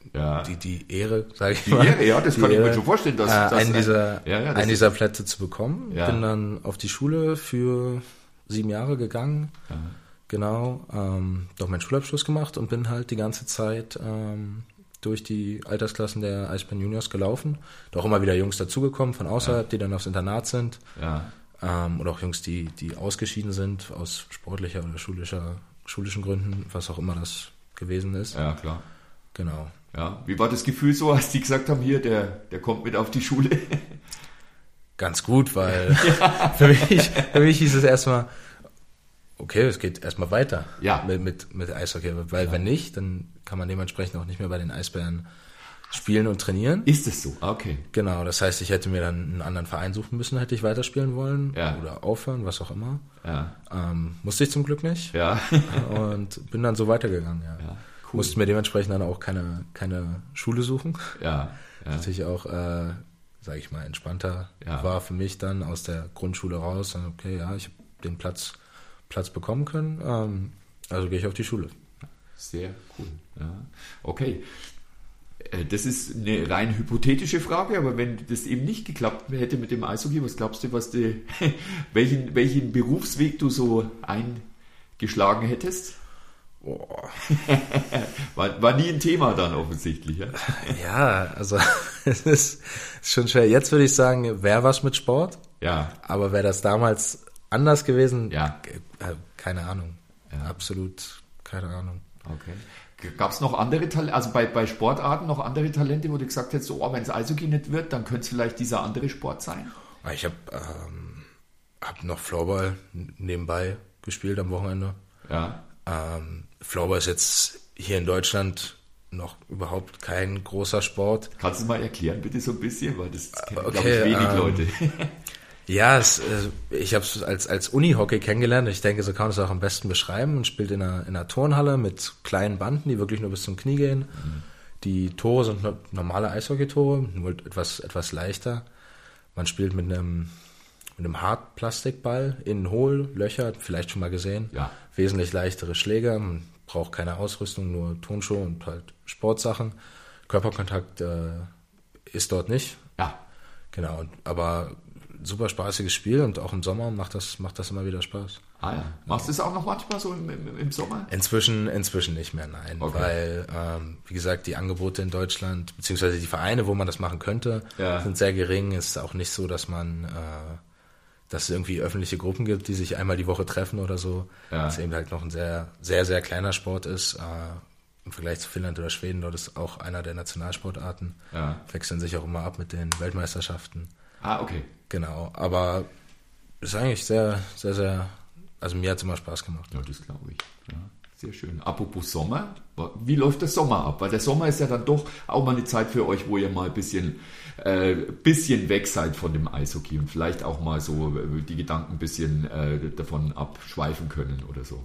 ja. die, die Ehre, sage ich die mal. Ehre, ja, das die kann Ehre, ich mir schon vorstellen, dass, äh, dass einen dieser, ja, ja, einen dieser Plätze zu bekommen. Ja. Bin dann auf die Schule für sieben Jahre gegangen. Ja. Genau, ähm, doch meinen Schulabschluss gemacht und bin halt die ganze Zeit ähm, durch die Altersklassen der Eisbären Juniors gelaufen. Doch immer wieder Jungs dazugekommen von außerhalb, ja. die dann aufs Internat sind. Ja. Ähm, oder auch Jungs, die, die ausgeschieden sind aus sportlicher oder schulischer, schulischen Gründen, was auch immer das gewesen ist. Ja, klar. Genau. Ja. Wie war das Gefühl so, als die gesagt haben, hier, der, der kommt mit auf die Schule? Ganz gut, weil ja. für mich, für mich hieß es erstmal, okay, es geht erstmal weiter ja. mit, mit, mit Eishockey, weil ja. wenn nicht, dann kann man dementsprechend auch nicht mehr bei den Eisbären spielen und trainieren. Ist es so? Okay. Genau, das heißt, ich hätte mir dann einen anderen Verein suchen müssen, hätte ich weiterspielen wollen ja. oder aufhören, was auch immer. Ja. Ähm, musste ich zum Glück nicht. Ja. Und bin dann so weitergegangen, ja. ja cool. Musste mir dementsprechend dann auch keine, keine Schule suchen. Ja. ja. Natürlich auch, äh, sage ich mal, entspannter ja. war für mich dann aus der Grundschule raus. Dann, okay, ja, ich habe den Platz Platz bekommen können, ähm, also gehe ich auf die Schule. Sehr cool. Ja. Okay, das ist eine rein hypothetische Frage, aber wenn das eben nicht geklappt hätte mit dem Eishockey, was glaubst du, was die, welchen, welchen Berufsweg du so eingeschlagen hättest? Boah. War, war nie ein Thema dann offensichtlich, ja? Ja, also es ist schon schwer. Jetzt würde ich sagen, wäre was mit Sport. Ja. Aber wäre das damals anders gewesen? Ja. Äh, keine Ahnung. Ja. Absolut keine Ahnung. Okay. Gab es noch andere Talente, also bei, bei Sportarten noch andere Talente, wo du gesagt hättest, oh, wenn es Eishockey nicht wird, dann könnte es vielleicht dieser andere Sport sein? Ich habe ähm, hab noch Floorball nebenbei gespielt am Wochenende. Ja. Ähm, Floorball ist jetzt hier in Deutschland noch überhaupt kein großer Sport. Kannst du mal erklären, bitte so ein bisschen, weil das kennen, okay, glaube ich, wenig ähm, Leute. Ja, es, ich habe es als, als Uni-Hockey kennengelernt. Ich denke, so kann man es auch am besten beschreiben. Man spielt in einer, in einer Turnhalle mit kleinen Banden, die wirklich nur bis zum Knie gehen. Mhm. Die Tore sind normale Eishockey-Tore, nur etwas, etwas leichter. Man spielt mit einem, mit einem Hartplastikball, innen hohl, Löcher, vielleicht schon mal gesehen. Ja. Wesentlich leichtere Schläger. Man braucht keine Ausrüstung, nur Turnschuhe und halt Sportsachen. Körperkontakt äh, ist dort nicht. Ja. Genau, aber super spaßiges Spiel und auch im Sommer macht das, macht das immer wieder Spaß. Ah ja. Machst du es auch noch manchmal so im, im, im Sommer? Inzwischen, inzwischen nicht mehr, nein. Okay. Weil, ähm, wie gesagt, die Angebote in Deutschland, beziehungsweise die Vereine, wo man das machen könnte, ja. sind sehr gering. Es ist auch nicht so, dass man, äh, dass es irgendwie öffentliche Gruppen gibt, die sich einmal die Woche treffen oder so. Ja. Das eben halt noch ein sehr, sehr, sehr kleiner Sport ist. Äh, Im Vergleich zu Finnland oder Schweden, dort ist auch einer der Nationalsportarten. Ja. Wechseln sich auch immer ab mit den Weltmeisterschaften. Ah, okay. Genau, aber ist eigentlich sehr, sehr, sehr, also mir hat es immer Spaß gemacht. Ja, das glaube ich. Ja, sehr schön. Apropos Sommer, wie läuft der Sommer ab? Weil der Sommer ist ja dann doch auch mal eine Zeit für euch, wo ihr mal ein bisschen, äh, bisschen weg seid von dem Eishockey und vielleicht auch mal so die Gedanken ein bisschen äh, davon abschweifen können oder so.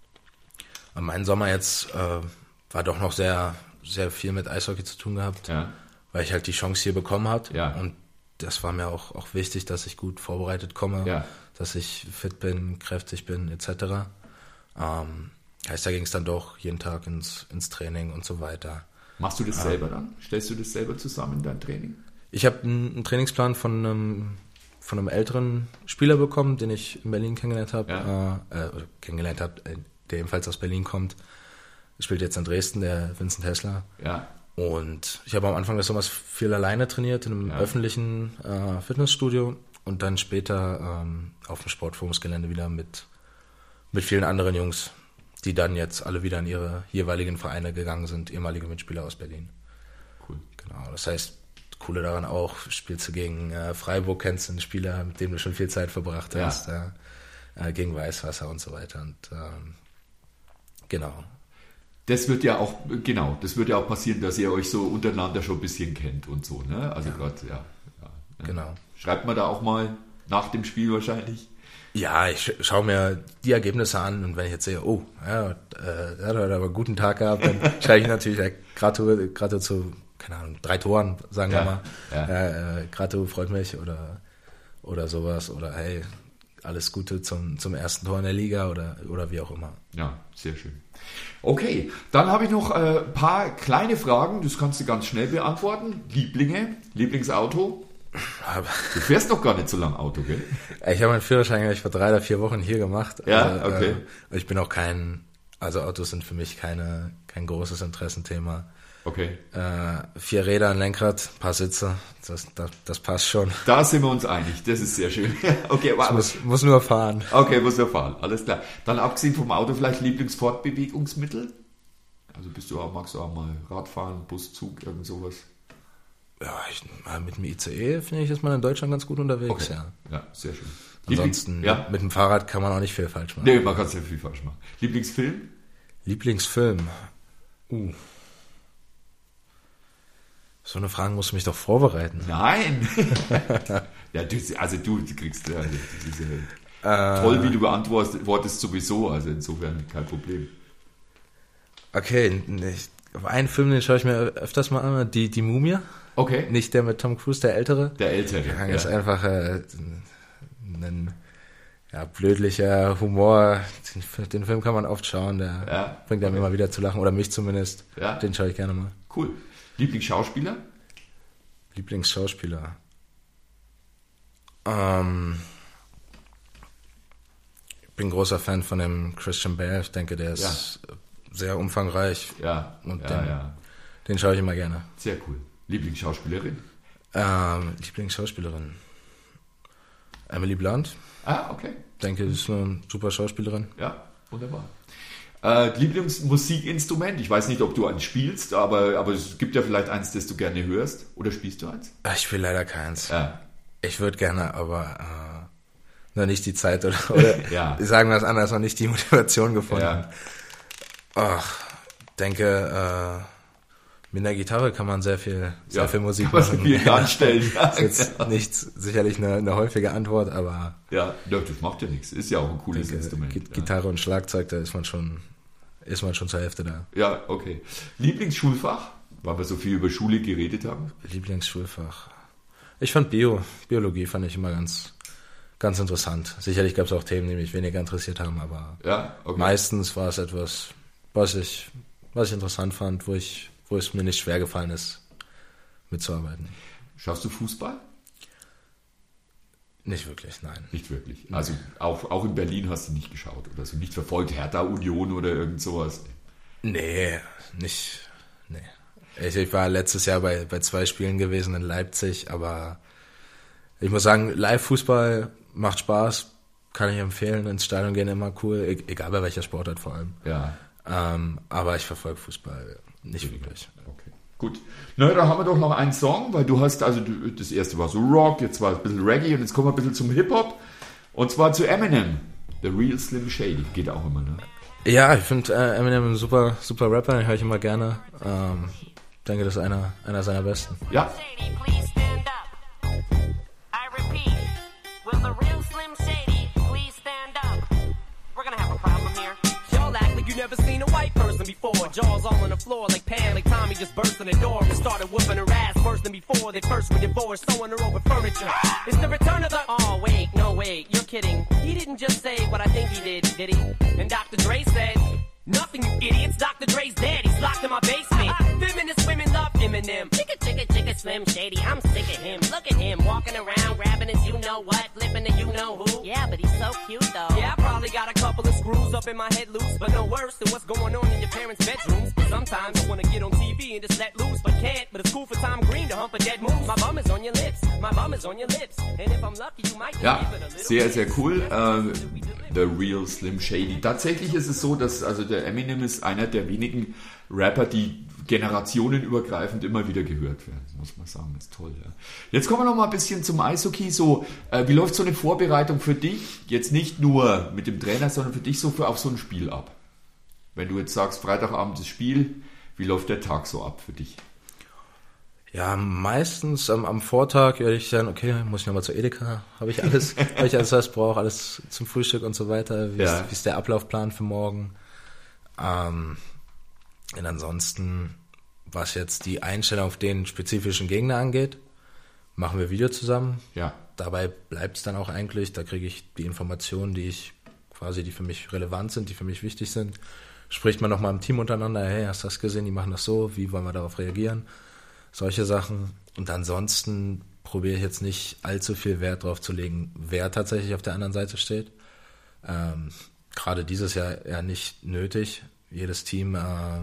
Und mein Sommer jetzt äh, war doch noch sehr, sehr viel mit Eishockey zu tun gehabt, ja. weil ich halt die Chance hier bekommen habe. Ja. Und das war mir auch, auch wichtig, dass ich gut vorbereitet komme, ja. dass ich fit bin, kräftig bin, et cetera. Ähm, heißt, da ging es dann doch jeden Tag ins, ins Training und so weiter. Machst du das ähm, selber dann? Stellst du das selber zusammen in dein Training? Ich habe einen, einen Trainingsplan von einem, von einem älteren Spieler bekommen, den ich in Berlin kennengelernt habe, ja. äh, äh, kennengelernt habe, der ebenfalls aus Berlin kommt. Spielt jetzt in Dresden, der Vincent Hessler. Ja. Und ich habe am Anfang des Sommers viel alleine trainiert in einem ja. öffentlichen äh, Fitnessstudio und dann später ähm, auf dem Sportforumsgelände wieder mit, mit vielen anderen Jungs, die dann jetzt alle wieder in ihre jeweiligen Vereine gegangen sind, ehemalige Mitspieler aus Berlin. Cool. Genau, das heißt, coole daran auch, spielst du gegen äh, Freiburg, kennst du einen Spieler, mit dem du schon viel Zeit verbracht ja. hast, äh, gegen Weißwasser und so weiter. Und ähm, genau. Das wird ja auch, genau, das wird ja auch passieren, dass ihr euch so untereinander schon ein bisschen kennt und so, ne? Also ja. gerade, ja, ja. Genau. Schreibt man da auch mal nach dem Spiel wahrscheinlich? Ja, ich sch- schaue mir die Ergebnisse an und wenn ich jetzt sehe, oh, ja, äh, er hat aber einen guten Tag gehabt, dann schreibe ich natürlich äh, gerade gerade zu, keine Ahnung, drei Toren, sagen ja. wir mal. Ja. Äh, äh, gerade freut mich oder, oder sowas oder hey, alles Gute zum, zum ersten Tor in der Liga oder, oder wie auch immer. Ja, sehr schön. Okay, dann habe ich noch ein äh, paar kleine Fragen, das kannst du ganz schnell beantworten. Lieblinge, Lieblingsauto? Aber Du fährst doch gar nicht so lange Auto, gell? ich habe meinen Führerschein eigentlich vor drei oder vier Wochen hier gemacht. Ja, also, okay. Äh, ich bin auch kein, also Autos sind für mich keine, kein großes Interessenthema. Okay. Äh, vier Räder, ein Lenkrad, ein paar Sitze, das, das, das passt schon. Da sind wir uns einig, das ist sehr schön. Okay, Ich aber, muss, muss nur fahren. okay, muss wir fahren, alles klar. Dann abgesehen vom Auto vielleicht Lieblingsfortbewegungsmittel? Also bist du auch, magst du auch mal Radfahren, Bus, Zug, irgend sowas? Ja, ich, mit dem I C E finde ich, ist man in Deutschland ganz gut unterwegs, Okay. ja. Ja, sehr schön. Ansonsten, Liebling- ja? mit dem Fahrrad kann man auch nicht viel falsch machen. Nee, man kann sehr viel falsch machen. Lieblingsfilm? Lieblingsfilm? Uh. So eine Frage musst du mich doch vorbereiten. Nein! Ja, du, also du kriegst ja, das ist ja toll, wie du beantwortest sowieso, also insofern kein Problem. Okay, nicht. Einen Film, den schaue ich mir öfters mal an, die, die Mumie. Okay. Nicht der mit Tom Cruise, der ältere. Der Ältere. Der ja. ist einfach äh, ein ja, blödlicher Humor. Den, den Film kann man oft schauen, der Ja, bringt einem okay. immer wieder zu lachen, oder mich zumindest. Ja. Den schaue ich gerne mal. Cool. Lieblingsschauspieler? Lieblingsschauspieler. Ähm, ich bin großer Fan von dem Christian Bale. Ich denke, der ist sehr umfangreich. Ja, Und ja, den, ja. den schaue ich immer gerne. Sehr cool. Lieblingsschauspielerin? Ähm, Lieblingsschauspielerin. Emily Blunt. Ah, okay. Ich denke, das ist eine super Schauspielerin. Ja, wunderbar. Äh, Lieblingsmusikinstrument? Ich weiß nicht, ob du eins spielst, aber, aber es gibt ja vielleicht eins, das du gerne hörst. Oder spielst du eins? Ah, Ich spiele leider keins. Ja. Ich würde gerne, aber äh, noch nicht die Zeit oder, oder Ja. sagen wir es anders, noch nicht die Motivation gefunden. Ja. Ach, denke, äh, mit der Gitarre kann man sehr viel, sehr Ja, viel Musik kann man so machen. viel anstellen. Ja, Das ist jetzt nicht sicherlich eine, eine häufige Antwort, aber Ja, ja, das macht ja nichts. Ist ja auch ein cooles denke, Instrument. Gi- ja. Gitarre und Schlagzeug, da ist man schon, ist man schon zur Hälfte da. Ja, okay. Lieblingsschulfach? Weil wir so viel über Schule geredet haben. Lieblingsschulfach. Ich fand Bio, Biologie fand ich immer ganz, ganz interessant. Sicherlich gab es auch Themen, die mich weniger interessiert haben, aber Ja, okay. meistens war es etwas, was ich, was ich interessant fand, wo ich, wo es mir nicht schwer gefallen ist, mitzuarbeiten. Schaust du Fußball? Nicht wirklich, nein. Nicht wirklich. Also auch, auch in Berlin hast du nicht geschaut oder so nicht verfolgt. Hertha, Union oder irgend sowas. Nee, nicht, nee. Ich, ich war letztes Jahr bei, bei zwei Spielen gewesen in Leipzig, aber ich muss sagen, Live-Fußball macht Spaß, kann ich empfehlen, ins Stadion gehen immer cool, e- egal bei welcher Sportart vor allem. Ja, Ähm, aber ich verfolge Fußball nicht wirklich. okay. Gut. Na, dann haben wir doch noch einen Song, weil du hast, also du, das erste war so Rock, jetzt war es ein bisschen Reggae und jetzt kommen wir ein bisschen zum Hip-Hop. Und zwar zu Eminem. The Real Slim Shady. Geht auch immer, ne? Ja, ich finde äh, Eminem ein super, super Rapper, den höre ich immer gerne. Ähm, denke, das ist einer, einer seiner besten. Ja. Shady, please stand up. I repeat, will the real Slim Shady please stand up? We're gonna have a problem here. Y'all act like you never seen a white person before. Jaws all on the floor like Pam, like Tommy just burst in the door and started whooping her ass worse than before. They first were divorced, sewing her over furniture. It's the return of the... Oh, wait, no, wait, you're kidding. He didn't just say what I think he did, did he? And Doctor Dre said... Nothing, you idiots. Doctor Dre's dead. He's locked in my basement. Feminist women love Eminem. Chicka, chicka, chicka, Slim Shady, I'm sick of him. Look at him, walking around, grabbing his you-know-what, flipping the you-know-who. Yeah, but he's so cute, though. Yeah, I probably got a couple of screws up in my head loose, but no worse than what's going on in your parents' bedrooms. Sometimes I wanna get on T V and just let loose, but can't. But it's cool for Tom Green to hump a dead moose. My bum is on your lips. My bum is on your lips. And if I'm lucky, you might just Ja, give it a little sehr, bit. sehr cool. Äh, The Real Slim Shady. Tatsächlich ist es so, dass also der Eminem ist einer der wenigen Rapper, die generationenübergreifend immer wieder gehört werden. Das muss man sagen, ist toll. Ja. Jetzt kommen wir noch mal ein bisschen zum Eishockey. So, äh, wie läuft so eine Vorbereitung für dich? Jetzt nicht nur mit dem Trainer, sondern für dich so für auf so ein Spiel ab. Wenn du jetzt sagst, Freitagabend das Spiel, wie läuft der Tag so ab für dich? Ja, meistens am, am Vortag werde ich dann, okay, muss ich nochmal zur Edeka, habe ich alles, habe ich alles, was ich brauche, alles zum Frühstück und so weiter, wie, Ja. ist, wie ist der Ablaufplan für morgen. Ähm, und ansonsten, was jetzt die Einstellung auf den spezifischen Gegner angeht, machen wir Video zusammen, Ja. dabei bleibt es dann auch eigentlich. Da kriege ich die Informationen, die ich quasi, die für mich relevant sind, die für mich wichtig sind. Spricht man nochmal im Team untereinander, hey, hast du das gesehen, die machen das so, wie wollen wir darauf reagieren? Solche Sachen. Und ansonsten probiere ich jetzt nicht allzu viel Wert drauf zu legen, wer tatsächlich auf der anderen Seite steht. Ähm, gerade dieses Jahr ja nicht nötig. Jedes Team, äh,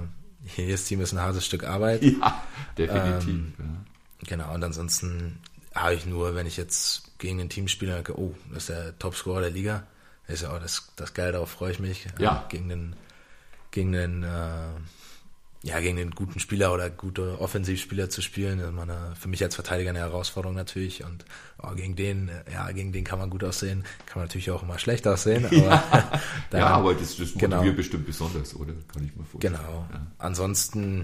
jedes Team ist ein hartes Stück Arbeit. Ja, definitiv. Ähm, ja. Genau, und ansonsten habe ich nur, wenn ich jetzt gegen ein Team spiele, denke, oh, das ist der Topscorer der Liga. Das ist ja auch das, das geil, darauf freue ich mich. Ja. Äh, gegen den, gegen den, äh, ja, gegen den guten Spieler oder gute Offensivspieler zu spielen, das ist mal eine, für mich als Verteidiger eine Herausforderung natürlich. Und oh, gegen den, ja, gegen den kann man gut aussehen, kann man natürlich auch immer schlecht aussehen. Aber Ja, da, ja, aber das, das motiviert genau. bestimmt besonders, oder? Kann ich mir vorstellen. Genau. Ja. Ansonsten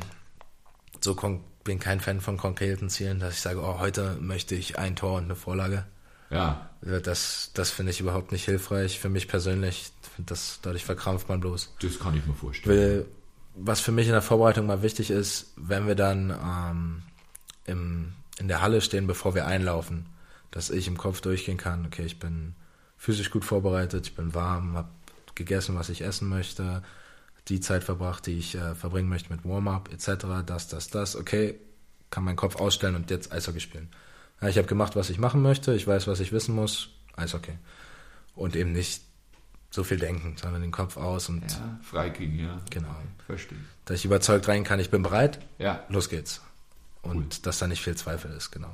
so kon- bin kein Fan von konkreten Zielen, dass ich sage, oh, heute möchte ich ein Tor und eine Vorlage. Ja, Das, das finde ich überhaupt nicht hilfreich. Für mich persönlich, das, dadurch verkrampft man bloß. das kann ich mir vorstellen. Will, was für mich in der Vorbereitung mal wichtig ist, wenn wir dann ähm, im, in der Halle stehen, bevor wir einlaufen, dass ich im Kopf durchgehen kann, okay, ich bin physisch gut vorbereitet, ich bin warm, habe gegessen, was ich essen möchte, die Zeit verbracht, die ich äh, verbringen möchte mit Warm-up et cetera, das, das, das, okay, kann meinen Kopf ausstellen und jetzt Eishockey spielen. Ja, ich habe gemacht, was ich machen möchte, ich weiß, was ich wissen muss, Eishockey. Und eben nicht so viel denken, sondern den Kopf aus und Ja, freikriegen, ja. Genau. Verstehe. dass ich überzeugt rein kann, ich bin bereit, Ja. los geht's. Und Cool. dass da nicht viel Zweifel ist, genau.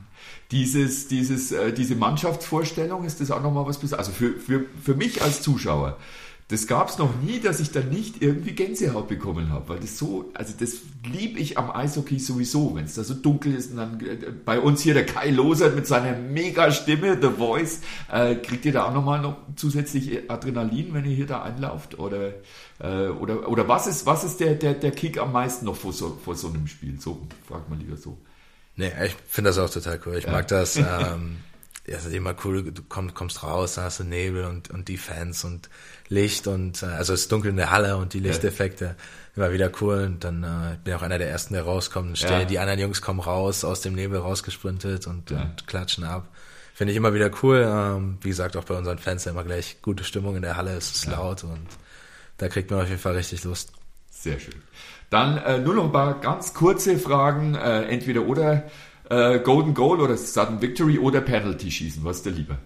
Dieses, dieses, äh, diese Mannschaftsvorstellung, ist das auch nochmal was Besonderes? Also für, für, für mich als Zuschauer, das gab es noch nie, dass ich da nicht irgendwie Gänsehaut bekommen habe, weil das so, also das liebe ich am Eishockey sowieso, wenn es da so dunkel ist und dann äh, bei uns hier der Kai Losert mit seiner Mega-Stimme, The Voice, äh, kriegt ihr da auch nochmal noch zusätzlich Adrenalin, wenn ihr hier da einlauft oder, äh, oder, oder was ist, was ist der, der, der Kick am meisten noch vor so, vor so einem Spiel? So, fragt man lieber so. Nee, ich finde das auch total cool. Ich Ja. mag das. Ähm, ja, es ist immer cool, du komm, kommst raus, da hast du Nebel und, und die Fans und Licht und äh, also es ist dunkel in der Halle und die Lichteffekte. Immer wieder cool. Und dann äh, bin ich auch einer der Ersten, der rauskommt. Dann stehen Ja. die anderen Jungs kommen raus, aus dem Nebel rausgesprintet und, Ja. und klatschen ab. Finde ich immer wieder cool. Ähm, wie gesagt, auch bei unseren Fans immer gleich gute Stimmung in der Halle. Es ist Ja. laut und da kriegt man auf jeden Fall richtig Lust. Sehr schön. Dann äh, nur noch ein paar ganz kurze Fragen, äh, entweder oder äh, Golden Goal oder Sudden Victory oder Penalty schießen. Was ist der lieber?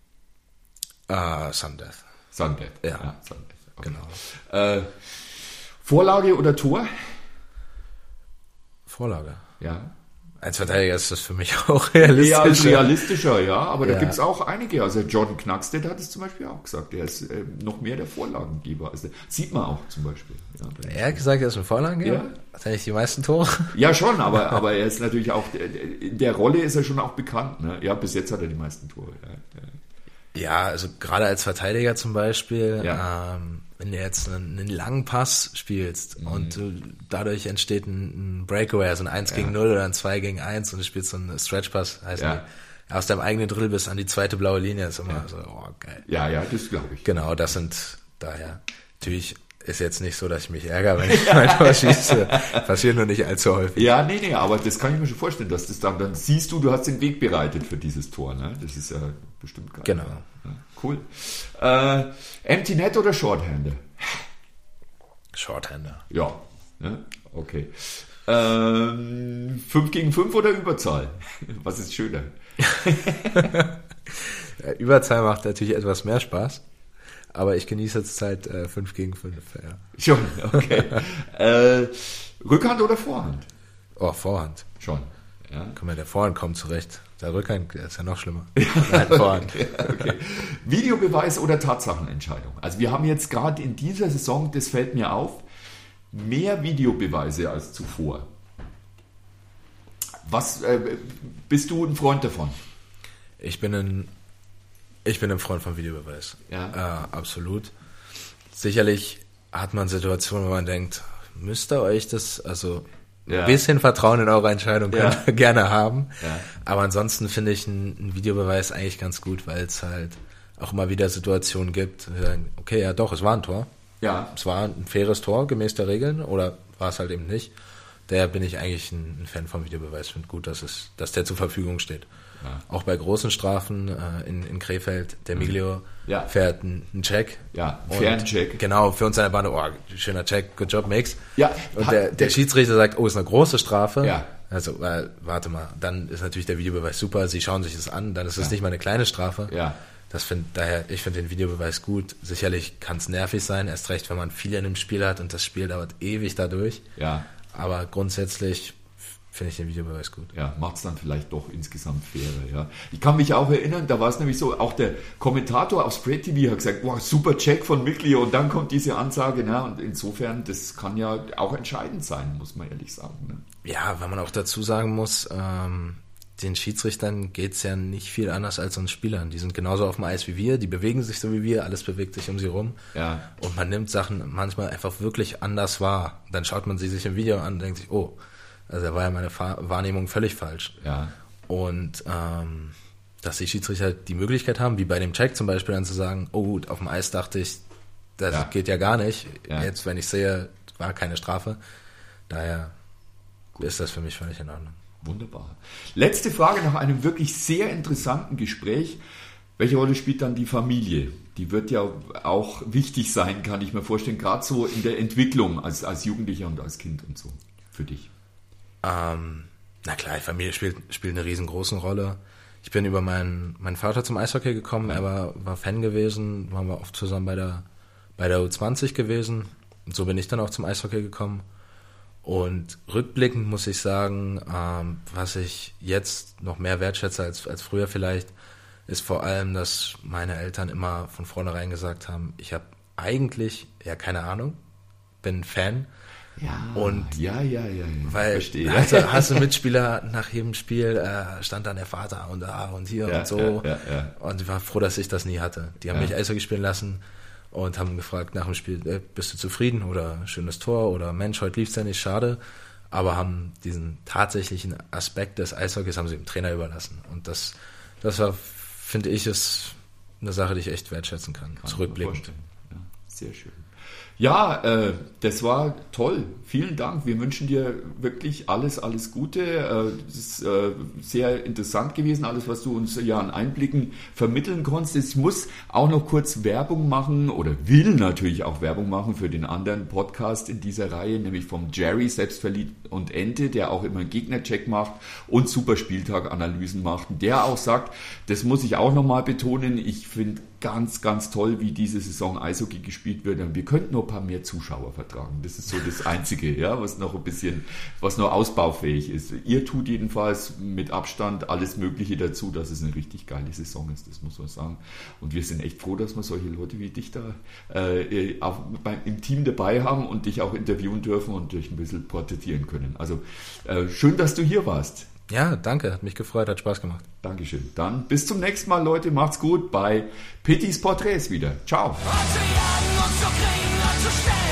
Ah, Sundeath. Sundeath. Ja. Sundeath. Okay. Genau. Äh, Vorlage oder Tor? Vorlage. Ja. Als Verteidiger ist das für mich auch realistisch. Eher als realistischer, ja, aber da Ja. gibt es auch einige. Also John Knackstedt hat es zum Beispiel auch gesagt. Er ist äh, noch mehr der Vorlagengeber. Also, sieht man auch zum Beispiel. Ja, Er hat gesagt, er ist ein Vorlagengeber. Ja. Hat er nicht die meisten Tore? ja schon, aber, aber er ist natürlich auch, in der Rolle ist er schon auch bekannt. Ne? Ja, bis jetzt hat er die meisten Tore. Ja, ja. Ja, also gerade als Verteidiger zum Beispiel, Ja. ähm, wenn du jetzt einen, einen langen Pass spielst Mhm. und du, dadurch entsteht ein, ein Breakaway, also ein eins gegen null oder ein zwei gegen eins und du spielst so einen Stretch-Pass, heißt Ja. die, aus deinem eigenen Drittel bis an die zweite blaue Linie, ist immer so, oh geil. ja, ja, das glaube ich. Genau, das sind daher. Natürlich ist jetzt nicht so, dass ich mich ärgere, wenn ich mein Tor schieße. Passiert nur nicht allzu häufig. Ja, nee, nee, aber das kann ich mir schon vorstellen, dass das dann, dann siehst du, du hast den Weg bereitet für dieses Tor, ne? Das ist ja bestimmt geil. Genau. Ja, cool. Äh, Empty Net oder Shorthander? Shorthander. Ja, ne? Okay. Ähm, fünf gegen fünf oder Überzahl? Was ist schöner? Ja, Überzahl macht natürlich etwas mehr Spaß, aber ich genieße jetzt Zeit äh, fünf gegen fünf. Ja. Schon, okay. äh, Rückhand oder Vorhand? Oh, Vorhand. Schon. Ja. Guck mal, der Vorhand kommt zurecht. Der Rückhand der ist ja noch schlimmer. Nein, Vorhand. Okay. Videobeweis oder Tatsachenentscheidung? Also wir haben jetzt gerade in dieser Saison, das fällt mir auf, mehr Videobeweise als zuvor. Was äh, bist du ein Freund davon? Ich bin ein, ich bin ein Freund von Videobeweis. Ja. Äh, absolut. Sicherlich hat man Situationen, wo man denkt, müsst ihr euch das, also Ja. ein bisschen Vertrauen in eure Entscheidung Ja. könnt ihr gerne haben. Ja. Aber ansonsten finde ich einen, einen Videobeweis eigentlich ganz gut, weil es halt auch immer wieder Situationen gibt, wo wir sagen, okay, ja doch, es war ein Tor. Ja. Es war ein faires Tor, gemäß der Regeln, oder war es halt eben nicht. daher bin ich eigentlich ein, ein Fan vom Videobeweis. Ich finde gut, dass, es, dass der zur Verfügung steht. Ja. Auch bei großen Strafen äh, in, in Krefeld, der Miglio Ja. fährt einen, einen Check. Ja, Und fairen Check. Genau, für uns an der Bahn, oh, schöner Check, good job, Mix. Ja, Und hat- der, der Schiedsrichter sagt, oh, ist eine große Strafe. Ja. Also, weil, warte mal, dann ist natürlich der Videobeweis super, sie schauen sich das an, dann ist es Ja. nicht mal eine kleine Strafe. Ja. Das find, daher, ich finde den Videobeweis gut. Sicherlich kann es nervig sein, erst recht, wenn man viel in dem Spiel hat und das Spiel dauert ewig dadurch. Ja. Aber grundsätzlich finde ich den Videobeweis gut. Ja, macht es dann vielleicht doch insgesamt fairer. Ja. Ich kann mich auch erinnern, da war es nämlich so, auch der Kommentator auf Spread T V hat gesagt, wow, super Check von Miglio und dann kommt diese Ansage. Ne? Und insofern, das kann ja auch entscheidend sein, muss man ehrlich sagen. Ne? Ja, weil man auch dazu sagen muss, ähm, den Schiedsrichtern geht's ja nicht viel anders als uns Spielern. Die sind genauso auf dem Eis wie wir, die bewegen sich so wie wir, alles bewegt sich um sie rum. Ja. Und man nimmt Sachen manchmal einfach wirklich anders wahr. Dann schaut man sie sich im Video an und denkt sich, oh, also da war ja meine Fahr- Wahrnehmung völlig falsch. Ja. Und ähm, dass die Schiedsrichter die Möglichkeit haben, wie bei dem Check zum Beispiel, dann zu sagen, oh gut, auf dem Eis dachte ich, das Ja. geht ja gar nicht. Ja. Jetzt, wenn ich sehe, war keine Strafe. Daher ist das für mich völlig in Ordnung. Wunderbar. Letzte Frage nach einem wirklich sehr interessanten Gespräch. Welche Rolle spielt dann die Familie? Die wird ja auch wichtig sein, kann ich mir vorstellen, gerade so in der Entwicklung als, als Jugendlicher und als Kind und so für dich. Ähm, na klar, die Familie spielt, spielt eine riesengroße Rolle. Ich bin über meinen, meinen Vater zum Eishockey gekommen, er war, war Fan gewesen, waren wir oft zusammen bei der, bei der U zwanzig gewesen. Und so bin ich dann auch zum Eishockey gekommen. Und rückblickend muss ich sagen, ähm, was ich jetzt noch mehr wertschätze als, als früher vielleicht, ist vor allem, dass meine Eltern immer von vornherein gesagt haben, ich habe eigentlich, ja keine Ahnung, bin Fan. Ja, Und ja, ja, ja, ja. Weil verstehe. hast du, hast du Mitspieler nach jedem Spiel, äh, stand dann der Vater und da und hier Ja, und so. ja, ja, ja. Und ich war froh, dass ich das nie hatte. Die haben Ja. mich Eishockey spielen lassen und haben gefragt nach dem Spiel, äh, bist du zufrieden oder schönes Tor oder Mensch, heute lief's ja nicht, schade. Aber haben diesen tatsächlichen Aspekt des Eishockeys haben sie dem Trainer überlassen. Und das, das war, finde ich, ist eine Sache, die ich echt wertschätzen kann, Kann ich mir zurückblickend. vorstellen. Ja, sehr schön. Ja, äh, das war toll. Vielen Dank. Wir wünschen dir wirklich alles, alles Gute. Äh, es ist äh, sehr interessant gewesen, alles, was du uns ja an Einblicken vermitteln konntest. Ich muss auch noch kurz Werbung machen oder will natürlich auch Werbung machen für den anderen Podcast in dieser Reihe, nämlich vom Jerry, Selbstverliebt und Ente, der auch immer einen Gegnercheck macht und Super Spieltag-Analysen macht. Und der auch sagt, das muss ich auch nochmal betonen, ich finde ganz, ganz toll, wie diese Saison Eishockey gespielt wird. Und wir könnten noch ein paar mehr Zuschauer vertragen. Das ist so das Einzige, ja, was noch ein bisschen, was noch ausbaufähig ist. Ihr tut jedenfalls mit Abstand alles Mögliche dazu, dass es eine richtig geile Saison ist, das muss man sagen. Und wir sind echt froh, dass wir solche Leute wie dich da äh, auch beim, im Team dabei haben und dich auch interviewen dürfen und dich ein bisschen porträtieren können. Also äh, schön, dass du hier warst. Ja, danke, hat mich gefreut, hat Spaß gemacht. Dankeschön. Dann bis zum nächsten Mal, Leute. Macht's gut bei Pittys Porträts wieder. Ciao. Und zu jagen und zu kriegen und zu stellen.